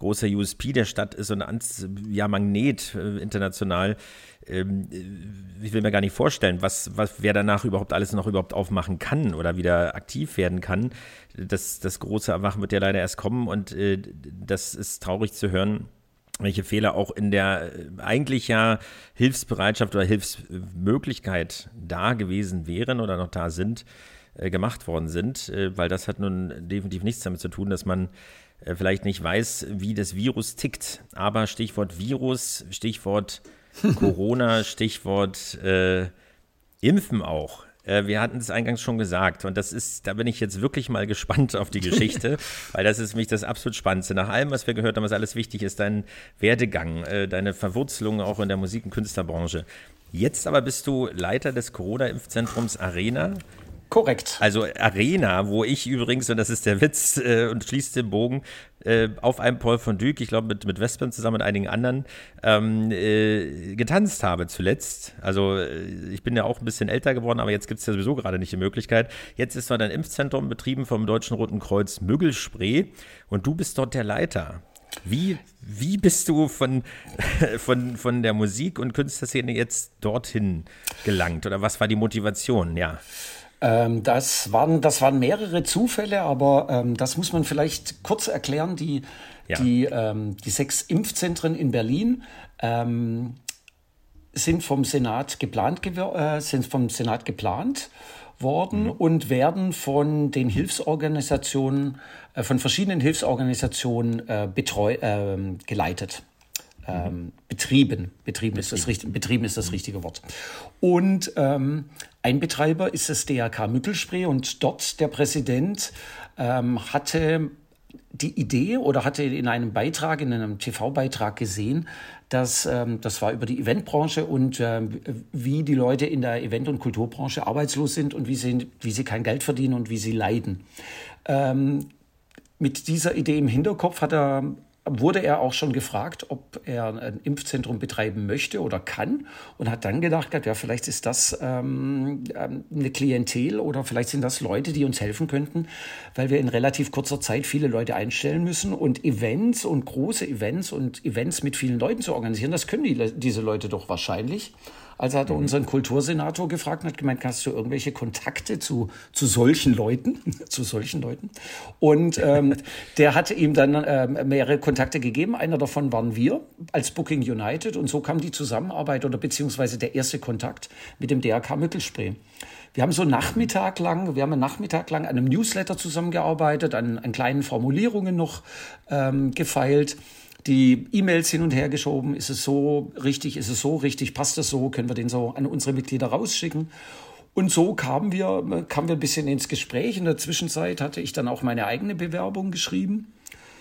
[SPEAKER 3] großer U S P der Stadt ist und ein ja, Magnet äh, international. Ähm, ich will mir gar nicht vorstellen, was, was wer danach überhaupt alles noch überhaupt aufmachen kann oder wieder aktiv werden kann. Das, das große Erwachen wird ja leider erst kommen und äh, das ist traurig zu hören, welche Fehler auch in der äh, eigentlich ja Hilfsbereitschaft oder Hilfsmöglichkeit da gewesen wären oder noch da sind, äh, gemacht worden sind, äh, weil das hat nun definitiv nichts damit zu tun, dass man äh, vielleicht nicht weiß, wie das Virus tickt. Aber Stichwort Virus, Stichwort Corona, Stichwort äh, Impfen auch. Äh, wir hatten es eingangs schon gesagt und das ist, da bin ich jetzt wirklich mal gespannt auf die Geschichte, weil das ist für mich das absolut Spannendste. Nach allem, was wir gehört haben, was alles wichtig ist, dein Werdegang, äh, deine Verwurzelung auch in der Musik- und Künstlerbranche. Jetzt aber bist du Leiter des Corona-Impfzentrums Arena.
[SPEAKER 4] Korrekt.
[SPEAKER 3] Also Arena, wo ich übrigens, und das ist der Witz äh, und schließt den Bogen, äh, auf einem Paul von Dyk, ich glaube mit, mit Wespern zusammen und einigen anderen, ähm, äh, getanzt habe zuletzt. Also äh, ich bin ja auch ein bisschen älter geworden, aber jetzt gibt es ja sowieso gerade nicht die Möglichkeit. Jetzt ist dort ein Impfzentrum betrieben vom Deutschen Roten Kreuz Müggelspree und du bist dort der Leiter. Wie, wie bist du von, von, von der Musik- und Künstlerszene jetzt dorthin gelangt? Oder was war die Motivation? Ja.
[SPEAKER 4] Ähm, das waren, das waren mehrere Zufälle, aber ähm, das muss man vielleicht kurz erklären. Die,
[SPEAKER 3] ja.
[SPEAKER 4] die, ähm, die sechs Impfzentren in Berlin ähm, sind vom Senat geplant, äh, sind vom Senat geplant worden mhm. und werden von den Hilfsorganisationen, äh, von verschiedenen Hilfsorganisationen äh, betreu, äh, geleitet. Ähm, betrieben, betrieben ist das richtig, betrieben ist das richtige Wort. Und ähm, ein Betreiber ist das D R K Müggelspree und dort der Präsident ähm, hatte die Idee oder hatte in einem Beitrag, in einem T V-Beitrag gesehen, dass ähm, das war über die Eventbranche und ähm, wie die Leute in der Event- und Kulturbranche arbeitslos sind und wie sie, wie sie kein Geld verdienen und wie sie leiden. Ähm, mit dieser Idee im Hinterkopf hat er wurde er auch schon gefragt, ob er ein Impfzentrum betreiben möchte oder kann und hat dann gedacht, ja, vielleicht ist das ähm, eine Klientel oder vielleicht sind das Leute, die uns helfen könnten, weil wir in relativ kurzer Zeit viele Leute einstellen müssen und Events und große Events und Events mit vielen Leuten zu organisieren, das können die, diese Leute doch wahrscheinlich. Also hat er unseren Kultursenator gefragt und hat gemeint, hast du irgendwelche Kontakte zu, zu solchen Leuten? zu solchen Leuten. Und ähm, der hatte ihm dann ähm, mehrere Kontakte gegeben. Einer davon waren wir als Booking United. Und so kam die Zusammenarbeit oder beziehungsweise der erste Kontakt mit dem D R K Müggelspree. Wir haben so Nachmittag lang, wir haben einen Nachmittag lang an einem Newsletter zusammengearbeitet, an, an kleinen Formulierungen noch ähm, gefeilt. Die E-Mails hin und her geschoben, ist es so richtig, ist es so richtig, passt es so, können wir den so an unsere Mitglieder rausschicken. Und so kamen wir, kamen wir ein bisschen ins Gespräch. In der Zwischenzeit hatte ich dann auch meine eigene Bewerbung geschrieben.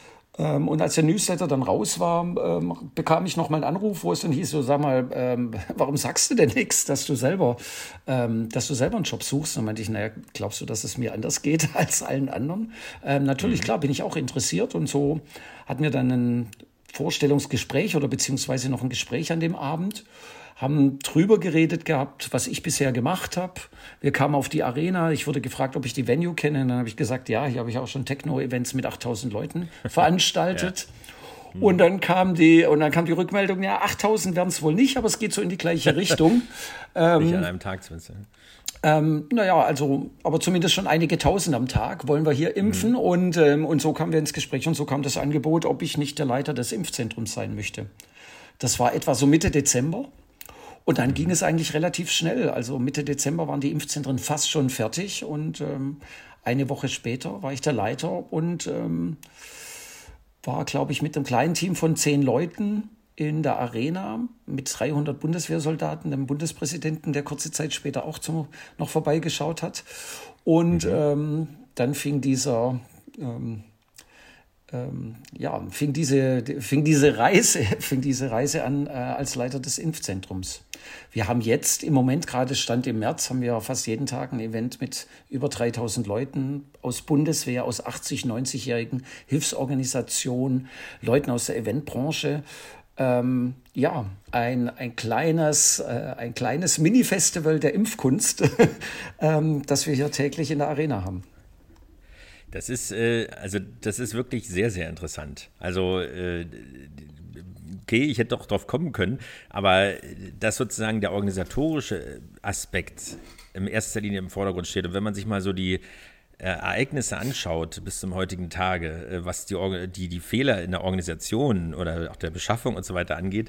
[SPEAKER 4] Und als der Newsletter dann raus war, bekam ich noch mal einen Anruf, wo es dann hieß, so, sag mal, warum sagst du denn nichts, dass du selber, dass du selber einen Job suchst? Dann meinte ich, naja, glaubst du, dass es mir anders geht als allen anderen? Natürlich, mhm. klar, bin ich auch interessiert. Und so hatten wir dann ein Vorstellungsgespräch oder beziehungsweise noch ein Gespräch an dem Abend, haben drüber geredet gehabt, was ich bisher gemacht habe. Wir kamen auf die Arena, ich wurde gefragt, ob ich die Venue kenne. Und dann habe ich gesagt, ja, hier habe ich auch schon Techno-Events mit achttausend Leuten veranstaltet. ja. hm. Und dann kam die und dann kam die Rückmeldung, ja, achttausend werden es wohl nicht, aber es geht so in die gleiche Richtung. ähm,
[SPEAKER 3] nicht an einem Tag zumindest.
[SPEAKER 4] Ähm, naja, also, aber zumindest schon einige Tausend am Tag wollen wir hier impfen. Mhm. Und, ähm, und so kamen wir ins Gespräch und so kam das Angebot, ob ich nicht der Leiter des Impfzentrums sein möchte. Das war etwa so Mitte Dezember. Und dann mhm. ging es eigentlich relativ schnell. Also Mitte Dezember waren die Impfzentren fast schon fertig. Und ähm, eine Woche später war ich der Leiter und ähm, war, glaube ich, mit einem kleinen Team von zehn Leuten in der Arena mit dreihundert Bundeswehrsoldaten, dem Bundespräsidenten, der kurze Zeit später auch zum, noch vorbeigeschaut hat. Und mhm. ähm, dann fing dieser, ähm, ähm, ja, fing diese, fing diese Reise, fing diese Reise an äh, als Leiter des Impfzentrums. Wir haben jetzt im Moment, gerade Stand im März, haben wir fast jeden Tag ein Event mit über dreitausend Leuten aus Bundeswehr, aus achtzig-, neunzigjährigen Hilfsorganisationen, Leuten aus der Eventbranche. Ähm, ja, ein, ein kleines, äh, ein kleines Mini-Festival der Impfkunst, ähm, das wir hier täglich in der Arena haben.
[SPEAKER 3] Das ist, äh, also das ist wirklich sehr, sehr interessant. Also, äh, okay, ich hätte doch drauf kommen können, aber dass sozusagen der organisatorische Aspekt in erster Linie im Vordergrund steht. Und wenn man sich mal so die äh, Ereignisse anschaut bis zum heutigen Tage, äh, was die, die, die Fehler in der Organisation oder auch der Beschaffung und so weiter angeht,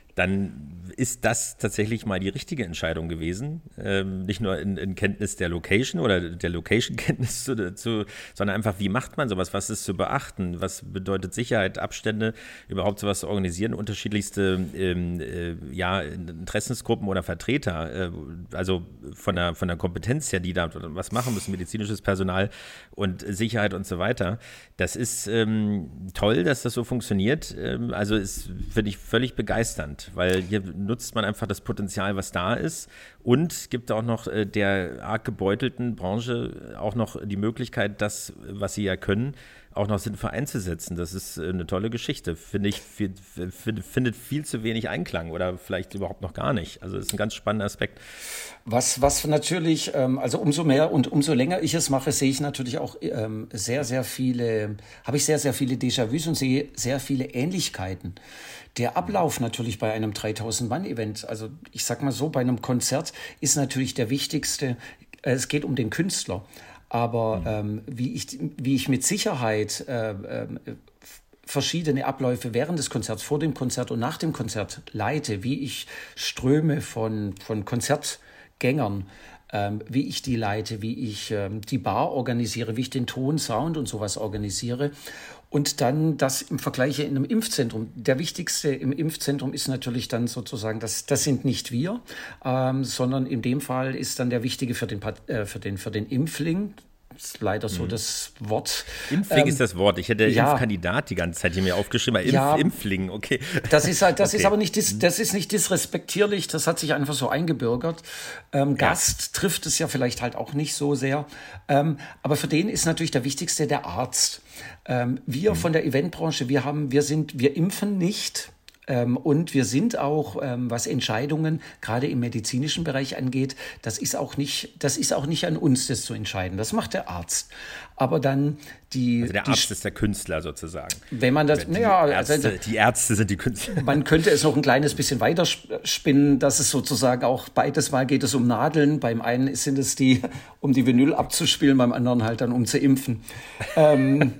[SPEAKER 3] dann ist das tatsächlich mal die richtige Entscheidung gewesen. Ähm, nicht nur in, in Kenntnis der Location oder der Location-Kenntnis, zu, zu, sondern einfach, wie macht man sowas? Was ist zu beachten? Was bedeutet Sicherheit, Abstände, überhaupt sowas zu organisieren? Unterschiedlichste ähm, äh, ja, Interessensgruppen oder Vertreter, äh, also von der, von der Kompetenz her, die da was machen müssen, medizinisches Personal und Sicherheit und so weiter. Das ist ähm, toll, dass das so funktioniert. Ähm, also ist, finde ich, völlig begeisternd. Weil hier nutzt man einfach das Potenzial, was da ist, und gibt auch noch äh, der arg gebeutelten Branche auch noch die Möglichkeit, das, was sie ja können, auch noch sinnvoll einzusetzen. Das ist äh, eine tolle Geschichte. Finde ich, viel, find, findet viel zu wenig Einklang oder vielleicht überhaupt noch gar nicht. Also das ist ein ganz spannender Aspekt.
[SPEAKER 4] Was, was natürlich, ähm, also umso mehr und umso länger ich es mache, sehe ich natürlich auch ähm, sehr, sehr viele, habe ich sehr, sehr viele Déjà-vus und sehe sehr viele Ähnlichkeiten. Der Ablauf natürlich bei einem dreitausend-Mann-Event, also ich sag mal so, bei einem Konzert ist natürlich der wichtigste, äh, es geht um den Künstler. Aber ähm, wie, ich, wie ich mit Sicherheit äh, äh, verschiedene Abläufe während des Konzerts, vor dem Konzert und nach dem Konzert leite, wie ich Ströme von, von Konzertgängern, ähm, wie ich die leite, wie ich ähm, die Bar organisiere, wie ich den Ton, Sound und sowas organisiere. Und dann das im Vergleich in einem Impfzentrum. Der wichtigste im Impfzentrum ist natürlich dann sozusagen, das, das sind nicht wir, ähm, sondern in dem Fall ist dann der Wichtige für den, äh, für den, für den Impfling. Das ist leider so mhm. das Wort.
[SPEAKER 3] Impfling ähm, ist das Wort. Ich hätte
[SPEAKER 4] ja,
[SPEAKER 3] Impfkandidat die ganze Zeit hier mir aufgeschrieben, aber Impf,
[SPEAKER 4] ja,
[SPEAKER 3] Impfling, okay.
[SPEAKER 4] Das ist halt, das
[SPEAKER 3] okay.
[SPEAKER 4] ist aber nicht, dis, das ist nicht disrespektierlich, das hat sich einfach so eingebürgert. Ähm, ja. Gast trifft es ja vielleicht halt auch nicht so sehr. Ähm, aber für den ist natürlich der Wichtigste der Arzt. Ähm, wir mhm. von der Eventbranche, wir haben, wir sind, wir impfen nicht. Ähm, und wir sind auch, ähm, was Entscheidungen gerade im medizinischen Bereich angeht, das ist auch nicht, das ist auch nicht an uns, das zu entscheiden. Das macht der Arzt. Aber dann die...
[SPEAKER 3] Also der
[SPEAKER 4] die,
[SPEAKER 3] Arzt ist der Künstler sozusagen.
[SPEAKER 4] Wenn man das...
[SPEAKER 3] Die,
[SPEAKER 4] naja,
[SPEAKER 3] Ärzte,
[SPEAKER 4] also,
[SPEAKER 3] die Ärzte sind die Künstler.
[SPEAKER 4] Man könnte es noch ein kleines bisschen weiter spinnen, dass es sozusagen auch beides Mal geht es um Nadeln. Beim einen sind es die, um die Vinyl abzuspielen, beim anderen halt dann um zu impfen. ähm,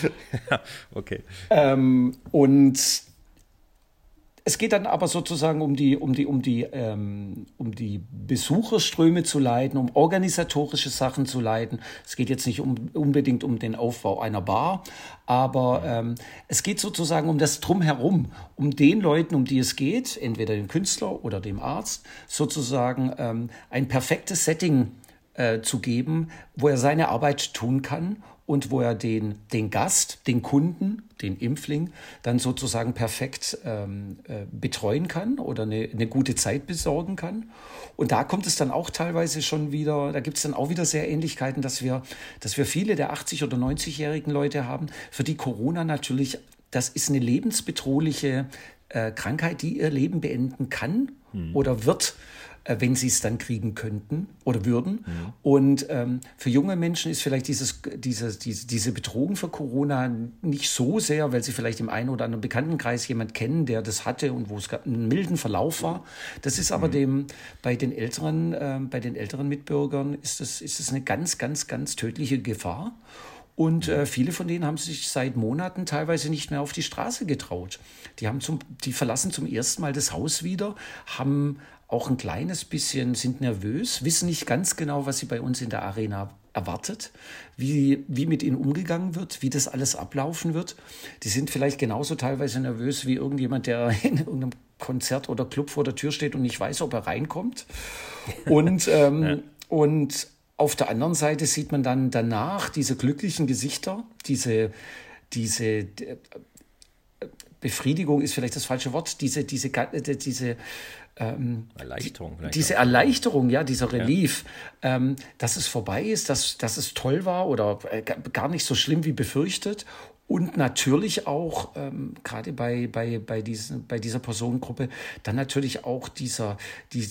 [SPEAKER 3] okay.
[SPEAKER 4] Ähm, und es geht dann aber sozusagen um die, um die, um die, ähm, um die Besucherströme zu leiten, um organisatorische Sachen zu leiten. Es geht jetzt nicht um, unbedingt um den Aufbau einer Bar, aber ähm, es geht sozusagen um das Drumherum, um den Leuten, um die es geht, entweder dem Künstler oder dem Arzt, sozusagen ähm, ein perfektes Setting äh, zu geben, wo er seine Arbeit tun kann und wo er den, den Gast, den Kunden, den Impfling, dann sozusagen perfekt ähm, äh, betreuen kann oder eine, eine gute Zeit besorgen kann. Und da kommt es dann auch teilweise schon wieder, da gibt es dann auch wieder sehr Ähnlichkeiten, dass wir, dass wir viele der achtzig- oder neunzigjährigen Leute haben, für die Corona natürlich, das ist eine lebensbedrohliche äh, Krankheit, die ihr Leben beenden kann mhm. oder wird, wenn sie es dann kriegen könnten oder würden. Mhm. Und ähm, für junge Menschen ist vielleicht dieses, diese, diese, diese Bedrohung für Corona nicht so sehr, weil sie vielleicht im einen oder anderen Bekanntenkreis jemand kennen, der das hatte und wo es einen milden Verlauf war. Das ist aber mhm. dem, bei den älteren, äh, bei den älteren Mitbürgern ist das, ist das eine ganz, ganz, ganz tödliche Gefahr. Und äh, viele von denen haben sich seit Monaten teilweise nicht mehr auf die Straße getraut. Die haben zum, die verlassen zum ersten Mal das Haus wieder, haben auch ein kleines bisschen, sind nervös, wissen nicht ganz genau, was sie bei uns in der Arena erwartet, wie, wie mit ihnen umgegangen wird, wie das alles ablaufen wird. Die sind vielleicht genauso teilweise nervös wie irgendjemand, der in irgendeinem Konzert oder Club vor der Tür steht und nicht weiß, ob er reinkommt. Und, ähm, ja. und auf der anderen Seite sieht man dann danach diese glücklichen Gesichter, diese, diese Befriedigung ist vielleicht das falsche Wort, diese, diese, diese Ähm,
[SPEAKER 3] Erleichterung.
[SPEAKER 4] Die, diese Erleichterung, ja, dieser Relief, ja. ähm, dass es vorbei ist, dass, dass es toll war oder äh, gar nicht so schlimm wie befürchtet. Und natürlich auch, ähm, gerade bei, bei, bei, diesen, bei dieser Personengruppe, dann natürlich auch dieser, diese,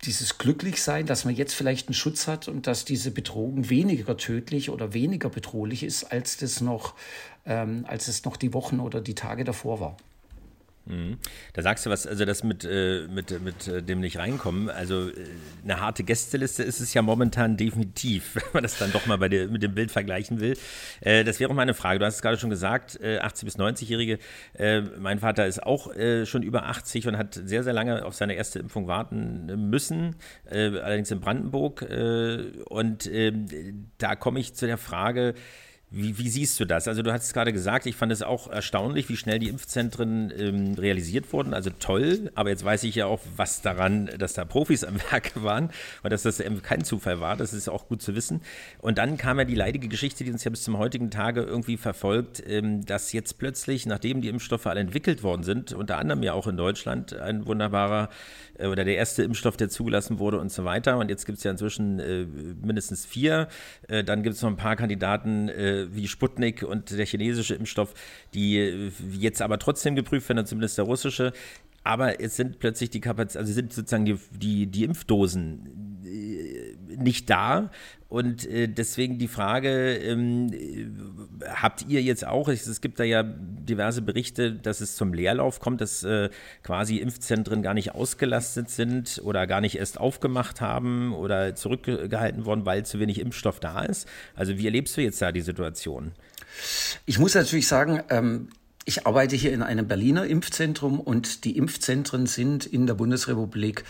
[SPEAKER 4] dieses Glücklichsein, dass man jetzt vielleicht einen Schutz hat und dass diese Bedrohung weniger tödlich oder weniger bedrohlich ist, als das noch, ähm, als es noch die Wochen oder die Tage davor war.
[SPEAKER 3] Mhm. Da sagst du was, also das mit, äh, mit, mit äh, dem nicht reinkommen, also äh, eine harte Gästeliste ist es ja momentan definitiv, wenn man das dann doch mal bei der, mit dem Bild vergleichen will. Äh, das wäre auch meine Frage, du hast es gerade schon gesagt, äh, achtzig- bis neunzig-Jährige, äh, mein Vater ist auch äh, schon über achtzig und hat sehr, sehr lange auf seine erste Impfung warten müssen, äh, allerdings in Brandenburg äh, und äh, da komme ich zu der Frage, Wie, wie siehst du das? Also du hast es gerade gesagt, ich fand es auch erstaunlich, wie schnell die Impfzentren ähm, realisiert wurden. Also toll, aber jetzt weiß ich ja auch, was daran, dass da Profis am Werk waren und dass das eben kein Zufall war. Das ist auch gut zu wissen. Und dann kam ja die leidige Geschichte, die uns ja bis zum heutigen Tage irgendwie verfolgt, ähm, dass jetzt plötzlich, nachdem die Impfstoffe alle entwickelt worden sind, unter anderem ja auch in Deutschland, ein wunderbarer äh, oder der erste Impfstoff, der zugelassen wurde und so weiter. Und jetzt gibt es ja inzwischen äh, mindestens vier. Äh, dann gibt es noch ein paar Kandidaten, äh, wie Sputnik und der chinesische Impfstoff, die jetzt aber trotzdem geprüft werden, zumindest der russische. Aber es sind plötzlich die Kapazitäten, also sind sozusagen die, die, die Impfdosen nicht da. Und äh, deswegen die Frage, ähm, habt ihr jetzt auch, es, es gibt da ja diverse Berichte, dass es zum Leerlauf kommt, dass äh, quasi Impfzentren gar nicht ausgelastet sind oder gar nicht erst aufgemacht haben oder zurückgehalten worden, weil zu wenig Impfstoff da ist. Also wie erlebst du jetzt da die Situation?
[SPEAKER 4] Ich muss natürlich sagen, ähm ich arbeite hier in einem Berliner Impfzentrum und die Impfzentren sind in der Bundesrepublik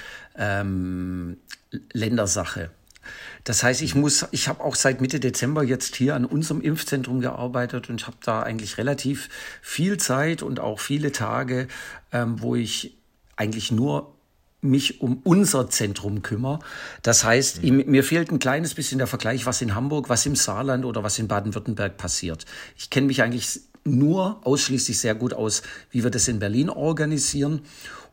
[SPEAKER 4] ähm, Ländersache. Das heißt, ich muss, ich habe auch seit Mitte Dezember jetzt hier an unserem Impfzentrum gearbeitet und habe da eigentlich relativ viel Zeit und auch viele Tage, ähm, wo ich eigentlich nur mich um unser Zentrum kümmere. Das heißt, mhm. mir fehlt ein kleines bisschen der Vergleich, was in Hamburg, was im Saarland oder was in Baden-Württemberg passiert. Ich kenne mich eigentlich nur ausschließlich sehr gut aus, wie wir das in Berlin organisieren.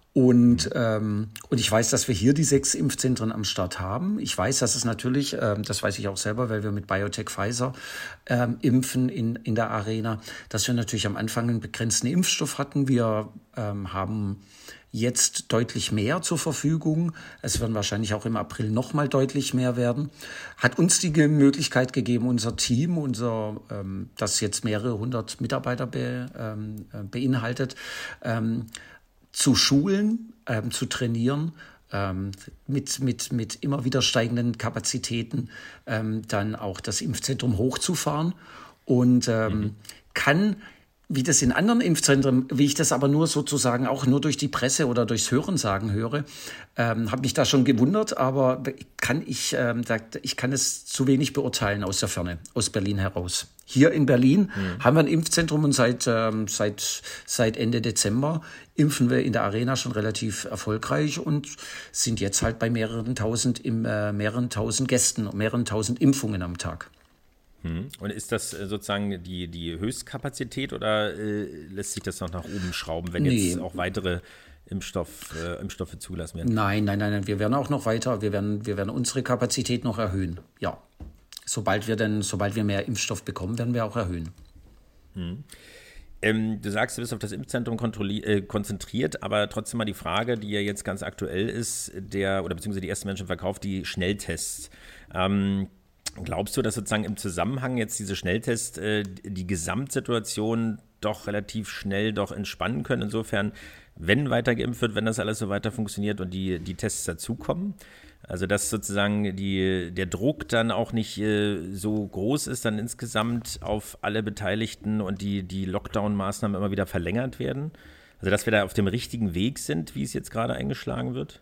[SPEAKER 4] Und, ähm, und ich weiß, dass wir hier die sechs Impfzentren am Start haben. Ich weiß, dass es natürlich, ähm, das weiß ich auch selber, weil wir mit BioNTech Pfizer ähm, impfen in, in der Arena, dass wir natürlich am Anfang einen begrenzten Impfstoff hatten. Wir ähm, haben jetzt deutlich mehr zur Verfügung. Es werden wahrscheinlich auch im April noch mal deutlich mehr werden. Hat uns die Möglichkeit gegeben, unser Team, unser, ähm, das jetzt mehrere hundert Mitarbeiter be, ähm, beinhaltet, ähm, zu schulen, ähm, zu trainieren, ähm, mit, mit, mit immer wieder steigenden Kapazitäten, ähm, dann auch das Impfzentrum hochzufahren und ähm, mhm. kann, wie das in anderen Impfzentren, wie ich das aber nur sozusagen auch nur durch die Presse oder durchs Hörensagen höre, ähm, habe mich da schon gewundert, aber kann ich, ähm, da, ich kann es zu wenig beurteilen aus der Ferne, aus Berlin heraus. Hier in Berlin mhm. haben wir ein Impfzentrum und seit, ähm, seit, seit Ende Dezember impfen wir in der Arena schon relativ erfolgreich und sind jetzt halt bei mehreren tausend, im, äh, mehreren tausend Gästen, mehreren tausend Impfungen am Tag.
[SPEAKER 3] Und ist das sozusagen die, die Höchstkapazität oder äh, lässt sich das noch nach oben schrauben, wenn nee. jetzt auch weitere Impfstoff, äh, Impfstoffe zugelassen werden?
[SPEAKER 4] Nein, nein, nein, nein, wir werden auch noch weiter, wir werden, wir werden unsere Kapazität noch erhöhen, ja. Sobald wir denn, sobald wir mehr Impfstoff bekommen, werden wir auch erhöhen.
[SPEAKER 3] Hm. Ähm, du sagst, du bist auf das Impfzentrum kontrolli- äh, konzentriert, aber trotzdem mal die Frage, die ja jetzt ganz aktuell ist, der, oder beziehungsweise die ersten Menschen verkauft, die Schnelltests. Ähm, Glaubst du, dass sozusagen im Zusammenhang jetzt diese Schnelltests äh, die Gesamtsituation doch relativ schnell doch entspannen können? Insofern, wenn weiter geimpft wird, wenn das alles so weiter funktioniert und die, die Tests dazukommen? Also dass sozusagen die, der Druck dann auch nicht äh, so groß ist, dann insgesamt auf alle Beteiligten und die, die Lockdown-Maßnahmen immer wieder verlängert werden? Also dass wir da auf dem richtigen Weg sind, wie es jetzt gerade eingeschlagen wird?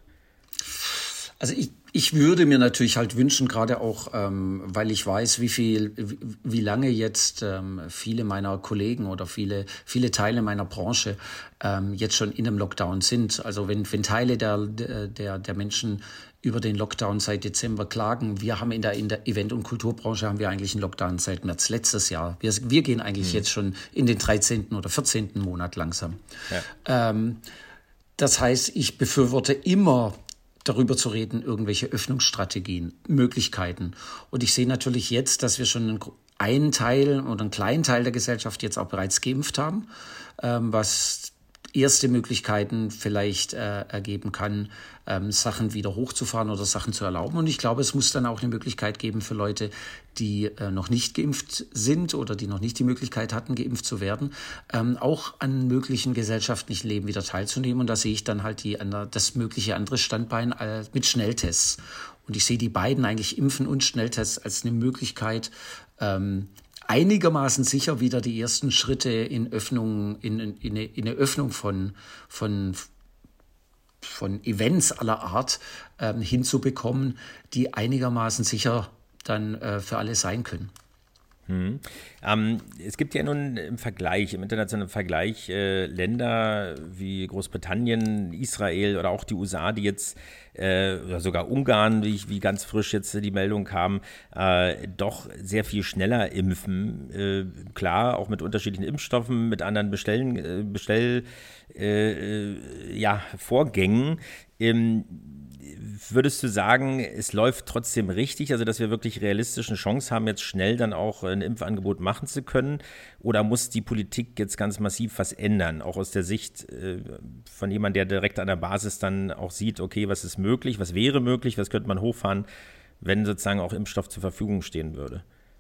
[SPEAKER 4] Also ich, ich würde mir natürlich halt wünschen, gerade auch, ähm, weil ich weiß, wie viel, wie, wie lange jetzt ähm, viele meiner Kollegen oder viele, viele Teile meiner Branche ähm, jetzt schon in einem Lockdown sind. Also wenn, wenn Teile der, der, der Menschen über den Lockdown seit Dezember klagen, wir haben in der, in der Event- und Kulturbranche haben wir eigentlich einen Lockdown seit März letztes Jahr. Wir, wir gehen eigentlich mhm. jetzt schon in den dreizehnten oder vierzehnten Monat langsam. Ja. Ähm, das heißt, ich befürworte immer, darüber zu reden, irgendwelche Öffnungsstrategien, Möglichkeiten. Und ich sehe natürlich jetzt, dass wir schon einen Teil oder einen kleinen Teil der Gesellschaft jetzt auch bereits geimpft haben, ähm, was erste Möglichkeiten vielleicht äh, ergeben kann, ähm, Sachen wieder hochzufahren oder Sachen zu erlauben. Und ich glaube, es muss dann auch eine Möglichkeit geben für Leute, die äh, noch nicht geimpft sind oder die noch nicht die Möglichkeit hatten, geimpft zu werden, ähm, auch an möglichen gesellschaftlichen Leben wieder teilzunehmen. Und da sehe ich dann halt die, das mögliche andere Standbein äh, mit Schnelltests. Und ich sehe die beiden eigentlich, Impfen und Schnelltests, als eine Möglichkeit, ähm, einigermaßen sicher wieder die ersten Schritte in Öffnung, in, in, in, eine, in eine Öffnung von, von, von Events aller Art ähm, hinzubekommen, die einigermaßen sicher dann äh, für alle sein können.
[SPEAKER 3] Hm. Ähm, es gibt ja nun im Vergleich, im internationalen Vergleich äh, Länder wie Großbritannien, Israel oder auch die U S A, die jetzt, äh, oder sogar Ungarn, wie, ich, wie ganz frisch jetzt die Meldung kam, äh, doch sehr viel schneller impfen. Äh, klar, auch mit unterschiedlichen Impfstoffen, mit anderen Bestellen, äh, Bestell, äh, ja, Vorgängen. Ähm, Würdest du sagen, es läuft trotzdem richtig, also dass wir wirklich realistisch eine Chance haben, jetzt schnell dann auch ein Impfangebot machen zu können? Oder muss die Politik jetzt ganz massiv was ändern, auch aus der Sicht äh, von jemandem, der direkt an der Basis dann auch sieht, okay, was ist möglich, was wäre möglich, was könnte man hochfahren, wenn sozusagen auch Impfstoff zur Verfügung stehen würde?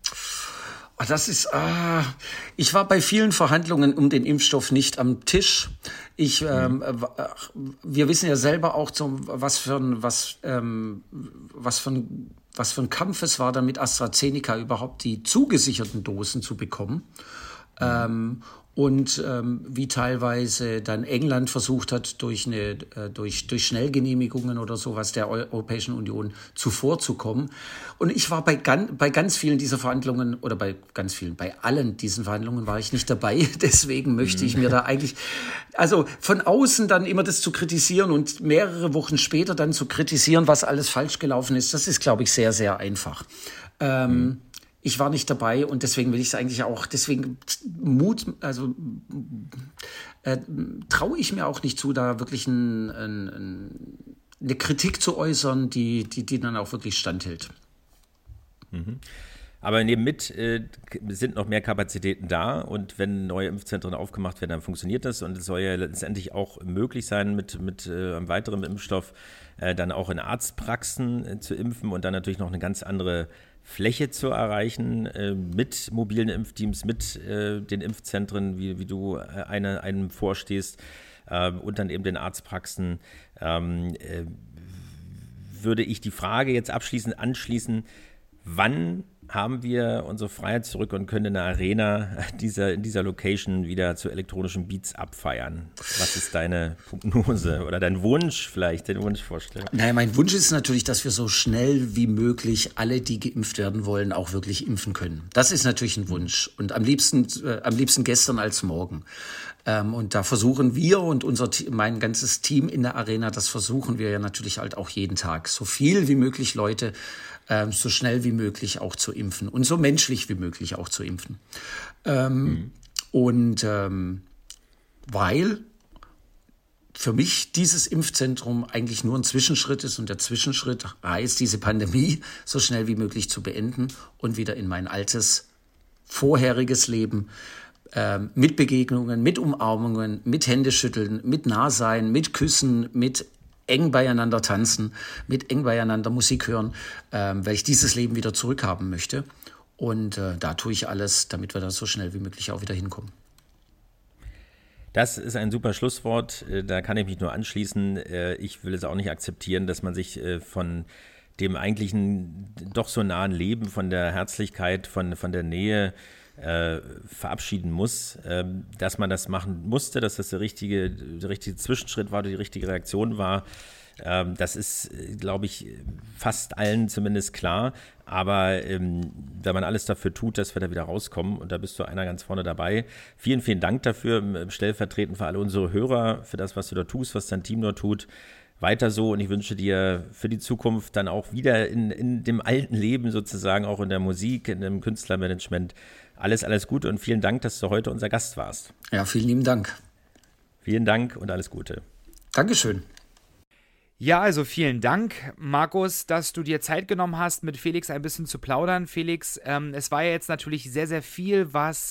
[SPEAKER 4] Das ist, ah, ich war bei vielen Verhandlungen um den Impfstoff nicht am Tisch. Ich, ähm, wir wissen ja selber auch, zum, was für ein, was, ähm, was für ein, was für ein Kampf es war, damit AstraZeneca überhaupt die zugesicherten Dosen zu bekommen. Ähm, und ähm, wie teilweise dann England versucht hat, durch, eine, äh, durch, durch Schnellgenehmigungen oder sowas der Europäischen Union zuvorzukommen. Und ich war bei, gan, bei ganz vielen dieser Verhandlungen, oder bei ganz vielen, bei allen diesen Verhandlungen war ich nicht dabei. Deswegen möchte ich mir da eigentlich, also von außen dann immer das zu kritisieren und mehrere Wochen später dann zu kritisieren, was alles falsch gelaufen ist, das ist, glaube ich, sehr, sehr einfach. Ähm, mhm. Ich war nicht dabei und deswegen will ich es eigentlich auch, deswegen Mut, also äh, traue ich mir auch nicht zu, da wirklich ein, ein, ein, eine Kritik zu äußern, die, die, die dann auch wirklich standhält.
[SPEAKER 3] Mhm. Aber neben mit äh, sind noch mehr Kapazitäten da und wenn neue Impfzentren aufgemacht werden, dann funktioniert das und es soll ja letztendlich auch möglich sein, mit, mit äh, einem weiteren Impfstoff äh, dann auch in Arztpraxen äh, zu impfen und dann natürlich noch eine ganz andere Fläche zu erreichen äh, mit mobilen Impfteams, mit äh, den Impfzentren, wie, wie du äh, eine, einem vorstehst äh, und dann eben den Arztpraxen, ähm, äh, würde ich die Frage jetzt abschließend anschließen, wann haben wir unsere Freiheit zurück und können in der Arena dieser, in dieser Location wieder zu elektronischen Beats abfeiern? Was ist deine Prognose oder dein Wunsch vielleicht, deine Wunschvorstellung?
[SPEAKER 4] Naja, mein Wunsch ist natürlich, dass wir so schnell wie möglich alle, die geimpft werden wollen, auch wirklich impfen können. Das ist natürlich ein Wunsch und am liebsten, äh, am liebsten gestern als morgen. Ähm, und da versuchen wir und unser mein ganzes Team in der Arena, das versuchen wir ja natürlich halt auch jeden Tag, so viel wie möglich Leute ähm, so schnell wie möglich auch zu impfen und so menschlich wie möglich auch zu impfen. Ähm, mhm. Und ähm, weil für mich dieses Impfzentrum eigentlich nur ein Zwischenschritt ist und der Zwischenschritt heißt, diese Pandemie so schnell wie möglich zu beenden und wieder in mein altes, vorheriges Leben ähm, mit Begegnungen, mit Umarmungen, mit Händeschütteln, mit Nahsein, mit Küssen, mit eng beieinander tanzen, mit eng beieinander Musik hören, ähm, weil ich dieses Leben wieder zurückhaben möchte. Und äh, da tue ich alles, damit wir da so schnell wie möglich auch wieder hinkommen.
[SPEAKER 3] Das ist ein super Schlusswort, da kann ich mich nur anschließen. Ich will es auch nicht akzeptieren, dass man sich von dem eigentlichen doch so nahen Leben, von der Herzlichkeit, von, von der Nähe äh, verabschieden muss, äh, dass man das machen musste, dass das der richtige, der richtige Zwischenschritt war, die richtige Reaktion war. Ähm, das ist, glaube ich, fast allen zumindest klar. Aber ähm, wenn man alles dafür tut, dass wir da wieder rauskommen, und da bist du einer ganz vorne dabei. Vielen, vielen Dank dafür, stellvertretend für alle unsere Hörer, für das, was du da tust, was dein Team dort tut. Weiter so, und ich wünsche dir für die Zukunft dann auch wieder in, in dem alten Leben sozusagen, auch in der Musik, in dem Künstlermanagement, alles, alles Gute und vielen Dank, dass du heute unser Gast warst.
[SPEAKER 4] Ja, vielen lieben Dank.
[SPEAKER 3] Vielen Dank und alles Gute.
[SPEAKER 4] Dankeschön.
[SPEAKER 2] Ja, also vielen Dank, Markus, dass du dir Zeit genommen hast, mit Felix ein bisschen zu plaudern. Felix, ähm, es war ja jetzt natürlich sehr, sehr viel, was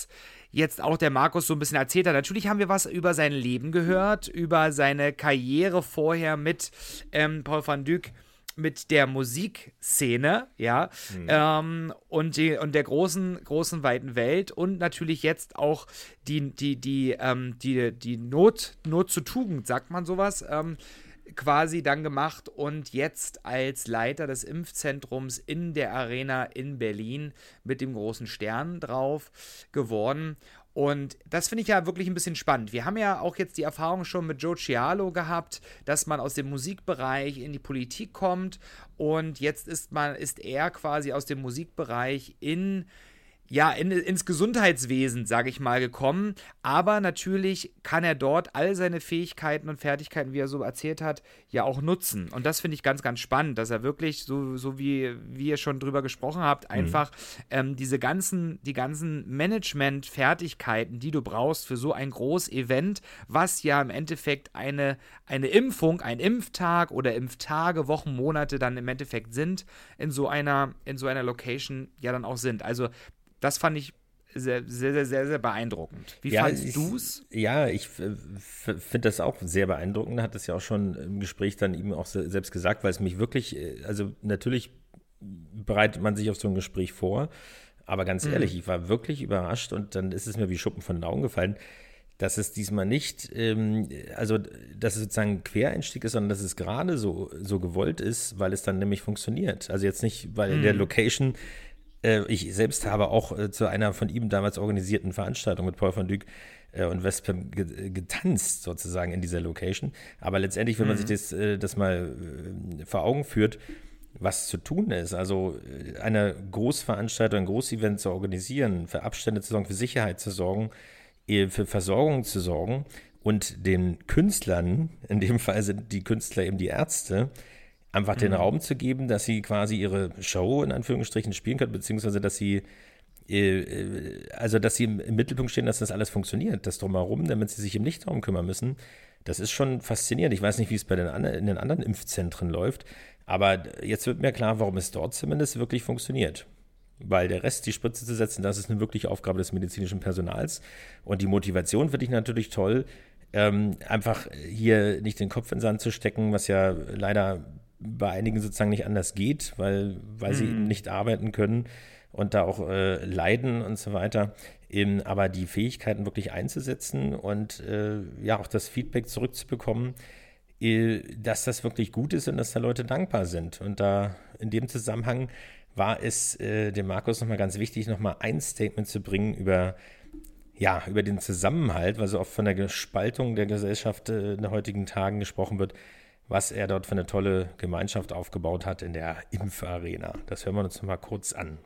[SPEAKER 2] jetzt auch der Markus so ein bisschen erzählt hat. Natürlich haben wir was über sein Leben gehört, über seine Karriere vorher mit ähm, Paul van Dyk, mit der Musikszene, ja, mhm. ähm, und, die, und der großen, großen, weiten Welt und natürlich jetzt auch die, die, die, ähm, die, die Not, Not zur Tugend, sagt man sowas, ähm, quasi dann gemacht und jetzt als Leiter des Impfzentrums in der Arena in Berlin mit dem großen Stern drauf geworden. Und das finde ich ja wirklich ein bisschen spannend. Wir haben ja auch jetzt die Erfahrung schon mit Joe Cialo gehabt, dass man aus dem Musikbereich in die Politik kommt und jetzt ist man, ist er quasi aus dem Musikbereich in ja, in, ins Gesundheitswesen, sage ich mal, gekommen. Aber natürlich kann er dort all seine Fähigkeiten und Fertigkeiten, wie er so erzählt hat, ja auch nutzen. Und das finde ich ganz, ganz spannend, dass er wirklich, so, so wie, wie ihr schon drüber gesprochen habt, einfach mhm. ähm, diese ganzen, die ganzen Management-Fertigkeiten, die du brauchst für so ein Groß-Event, was ja im Endeffekt eine, eine Impfung, ein Impftag oder Impftage, Wochen, Monate dann im Endeffekt sind, in so einer, in so einer Location ja dann auch sind. Also das fand ich sehr, sehr, sehr, sehr, sehr beeindruckend. Wie ja, fandest du es?
[SPEAKER 3] Ja, ich finde das auch sehr beeindruckend. Hat es ja auch schon im Gespräch dann ihm auch selbst gesagt, weil es mich wirklich, also natürlich bereitet man sich auf so ein Gespräch vor, aber ganz mhm. ehrlich, ich war wirklich überrascht und dann ist es mir wie Schuppen von den Augen gefallen, dass es diesmal nicht, ähm, also dass es sozusagen ein Quereinstieg ist, sondern dass es gerade so, so gewollt ist, weil es dann nämlich funktioniert. Also jetzt nicht, weil in mhm. der Location. Ich selbst habe auch äh, zu einer von ihm damals organisierten Veranstaltung mit Paul van Dyk äh, und Westpam ge- getanzt, sozusagen in dieser Location. Aber letztendlich, wenn mhm. man sich das, äh, das mal äh, vor Augen führt, was zu tun ist, also äh, eine Großveranstaltung, ein Großevent zu organisieren, für Abstände zu sorgen, für Sicherheit zu sorgen, äh, für Versorgung zu sorgen und den Künstlern, in dem Fall sind die Künstler eben die Ärzte, einfach den mhm. Raum zu geben, dass sie quasi ihre Show in Anführungsstrichen spielen können, beziehungsweise dass sie äh, also dass sie im, im Mittelpunkt stehen, dass das alles funktioniert, das Drumherum, damit sie sich im nicht darum kümmern müssen. Das ist schon faszinierend. Ich weiß nicht, wie es bei den, in den anderen Impfzentren läuft, aber jetzt wird mir klar, warum es dort zumindest wirklich funktioniert. Weil der Rest, die Spritze zu setzen, das ist eine wirkliche Aufgabe des medizinischen Personals. Und die Motivation finde ich natürlich toll, ähm, einfach hier nicht den Kopf in den Sand zu stecken, was ja leider bei einigen sozusagen nicht anders geht, weil, weil mhm. sie eben nicht arbeiten können und da auch äh, leiden und so weiter. Eben, aber die Fähigkeiten wirklich einzusetzen und äh, ja auch das Feedback zurückzubekommen, äh, dass das wirklich gut ist und dass da Leute dankbar sind. Und da in dem Zusammenhang war es äh, dem Markus nochmal ganz wichtig, nochmal ein Statement zu bringen über ja, über den Zusammenhalt, weil so oft von der Gespaltung der Gesellschaft äh, in den heutigen Tagen gesprochen wird, was er dort für eine tolle Gemeinschaft aufgebaut hat in der Impfarena. Das hören wir uns noch mal kurz an.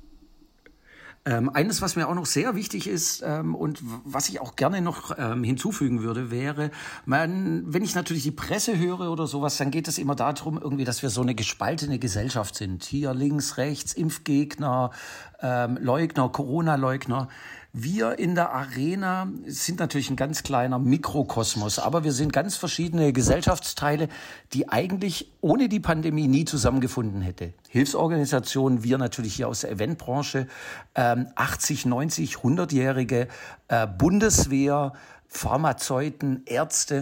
[SPEAKER 4] Ähm, eines, was mir auch noch sehr wichtig ist ähm, und was ich auch gerne noch ähm, hinzufügen würde, wäre, man, wenn ich natürlich die Presse höre oder sowas, dann geht es immer darum, irgendwie, dass wir so eine gespaltene Gesellschaft sind. Hier links, rechts, Impfgegner, ähm, Leugner, Corona-Leugner. Wir in der Arena sind natürlich ein ganz kleiner Mikrokosmos, aber wir sind ganz verschiedene Gesellschaftsteile, die eigentlich ohne die Pandemie nie zusammengefunden hätte. Hilfsorganisationen, wir natürlich hier aus der Eventbranche, ähm, achtzig, neunzig, hundertjährige äh, Bundeswehr, Pharmazeuten, Ärzte.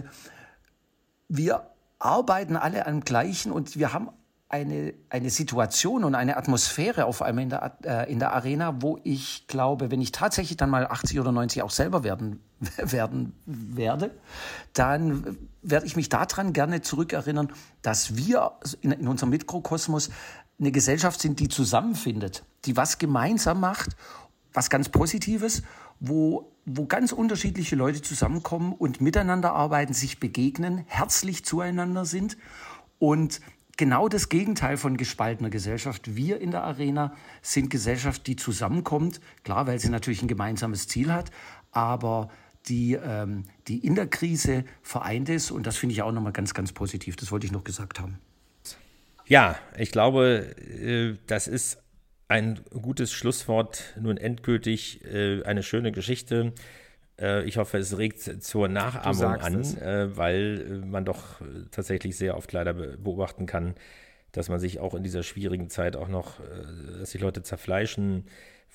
[SPEAKER 4] Wir arbeiten alle am Gleichen und wir haben eine, eine Situation und eine Atmosphäre auf einmal in der, äh, in der Arena, wo ich glaube, wenn ich tatsächlich dann mal achtzig oder neunzig auch selber werden, werden werde, dann werde ich mich daran gerne zurückerinnern, dass wir in, in unserem Mikrokosmos eine Gesellschaft sind, die zusammenfindet, die was gemeinsam macht, was ganz Positives, wo, wo ganz unterschiedliche Leute zusammenkommen und miteinander arbeiten, sich begegnen, herzlich zueinander sind und genau das Gegenteil von gespaltener Gesellschaft. Wir in der Arena sind Gesellschaft, die zusammenkommt, klar, weil sie natürlich ein gemeinsames Ziel hat, aber die, ähm, die in der Krise vereint ist und das finde ich auch nochmal ganz, ganz positiv. Das wollte ich noch gesagt haben.
[SPEAKER 3] Ja, ich glaube, das ist ein gutes Schlusswort, nun endgültig eine schöne Geschichte. Ich hoffe, es regt zur Nachahmung an, es. weil man doch tatsächlich sehr oft leider beobachten kann, dass man sich auch in dieser schwierigen Zeit auch noch, dass die Leute zerfleischen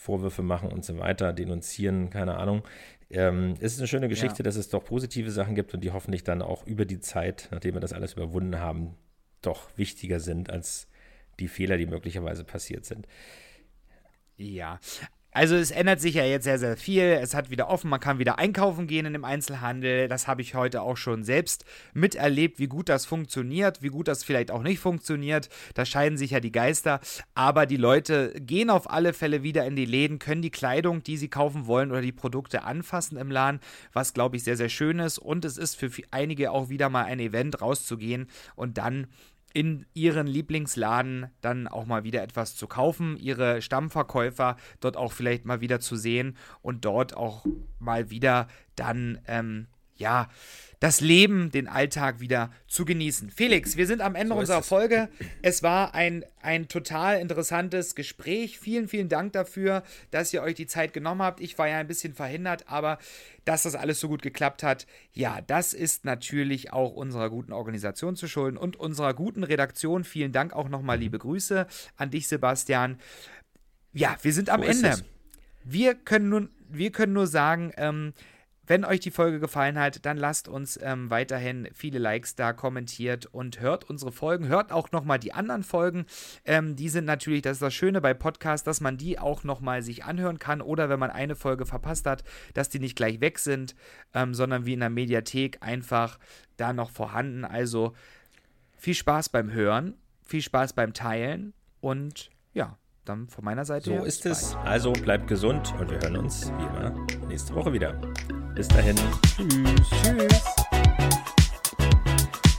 [SPEAKER 3] Vorwürfe machen und so weiter, denunzieren, keine Ahnung. Ähm, es ist eine schöne Geschichte, ja. dass es doch positive Sachen gibt und die hoffentlich dann auch über die Zeit, nachdem wir das alles überwunden haben, doch wichtiger sind als die Fehler, die möglicherweise passiert sind.
[SPEAKER 2] Ja, also es ändert sich ja jetzt sehr, sehr viel. Es hat wieder offen, man kann wieder einkaufen gehen in dem Einzelhandel. Das habe ich heute auch schon selbst miterlebt, wie gut das funktioniert, wie gut das vielleicht auch nicht funktioniert. Da scheiden sich ja die Geister. Aber die Leute gehen auf alle Fälle wieder in die Läden, können die Kleidung, die sie kaufen wollen oder die Produkte anfassen im Laden, was, glaube ich, sehr, sehr schön ist. Und es ist für einige auch wieder mal ein Event, rauszugehen und dann in ihren Lieblingsladen dann auch mal wieder etwas zu kaufen, ihre Stammverkäufer dort auch vielleicht mal wieder zu sehen und dort auch mal wieder dann, ähm, ja, das Leben, den Alltag wieder zu genießen. Felix, wir sind am Ende so unserer Folge. Es war ein, ein total interessantes Gespräch. Vielen, vielen Dank dafür, dass ihr euch die Zeit genommen habt. Ich war ja ein bisschen verhindert, aber dass das alles so gut geklappt hat, ja, das ist natürlich auch unserer guten Organisation zu schulden und unserer guten Redaktion. Vielen Dank auch nochmal, liebe Grüße an dich, Sebastian. Ja, wir sind am so Ende. Wir können, nur, wir können nur sagen, ähm, wenn euch die Folge gefallen hat, dann lasst uns ähm, weiterhin viele Likes da, kommentiert und hört unsere Folgen. Hört auch nochmal die anderen Folgen. Ähm, die sind natürlich, das ist das Schöne bei Podcasts, dass man die auch nochmal sich anhören kann. Oder wenn man eine Folge verpasst hat, dass die nicht gleich weg sind, ähm, sondern wie in der Mediathek einfach da noch vorhanden. Also viel Spaß beim Hören, viel Spaß beim Teilen und ja, dann von meiner Seite
[SPEAKER 3] So ist es. Also bleibt gesund und wir hören uns wie immer nächste Woche wieder. Bis dahin. Tschüss. Tschüss.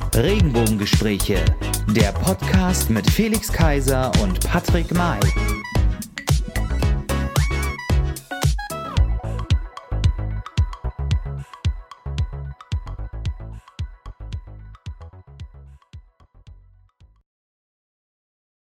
[SPEAKER 1] Regenbogengespräche, der Podcast mit Felix Kaiser und Patrick May.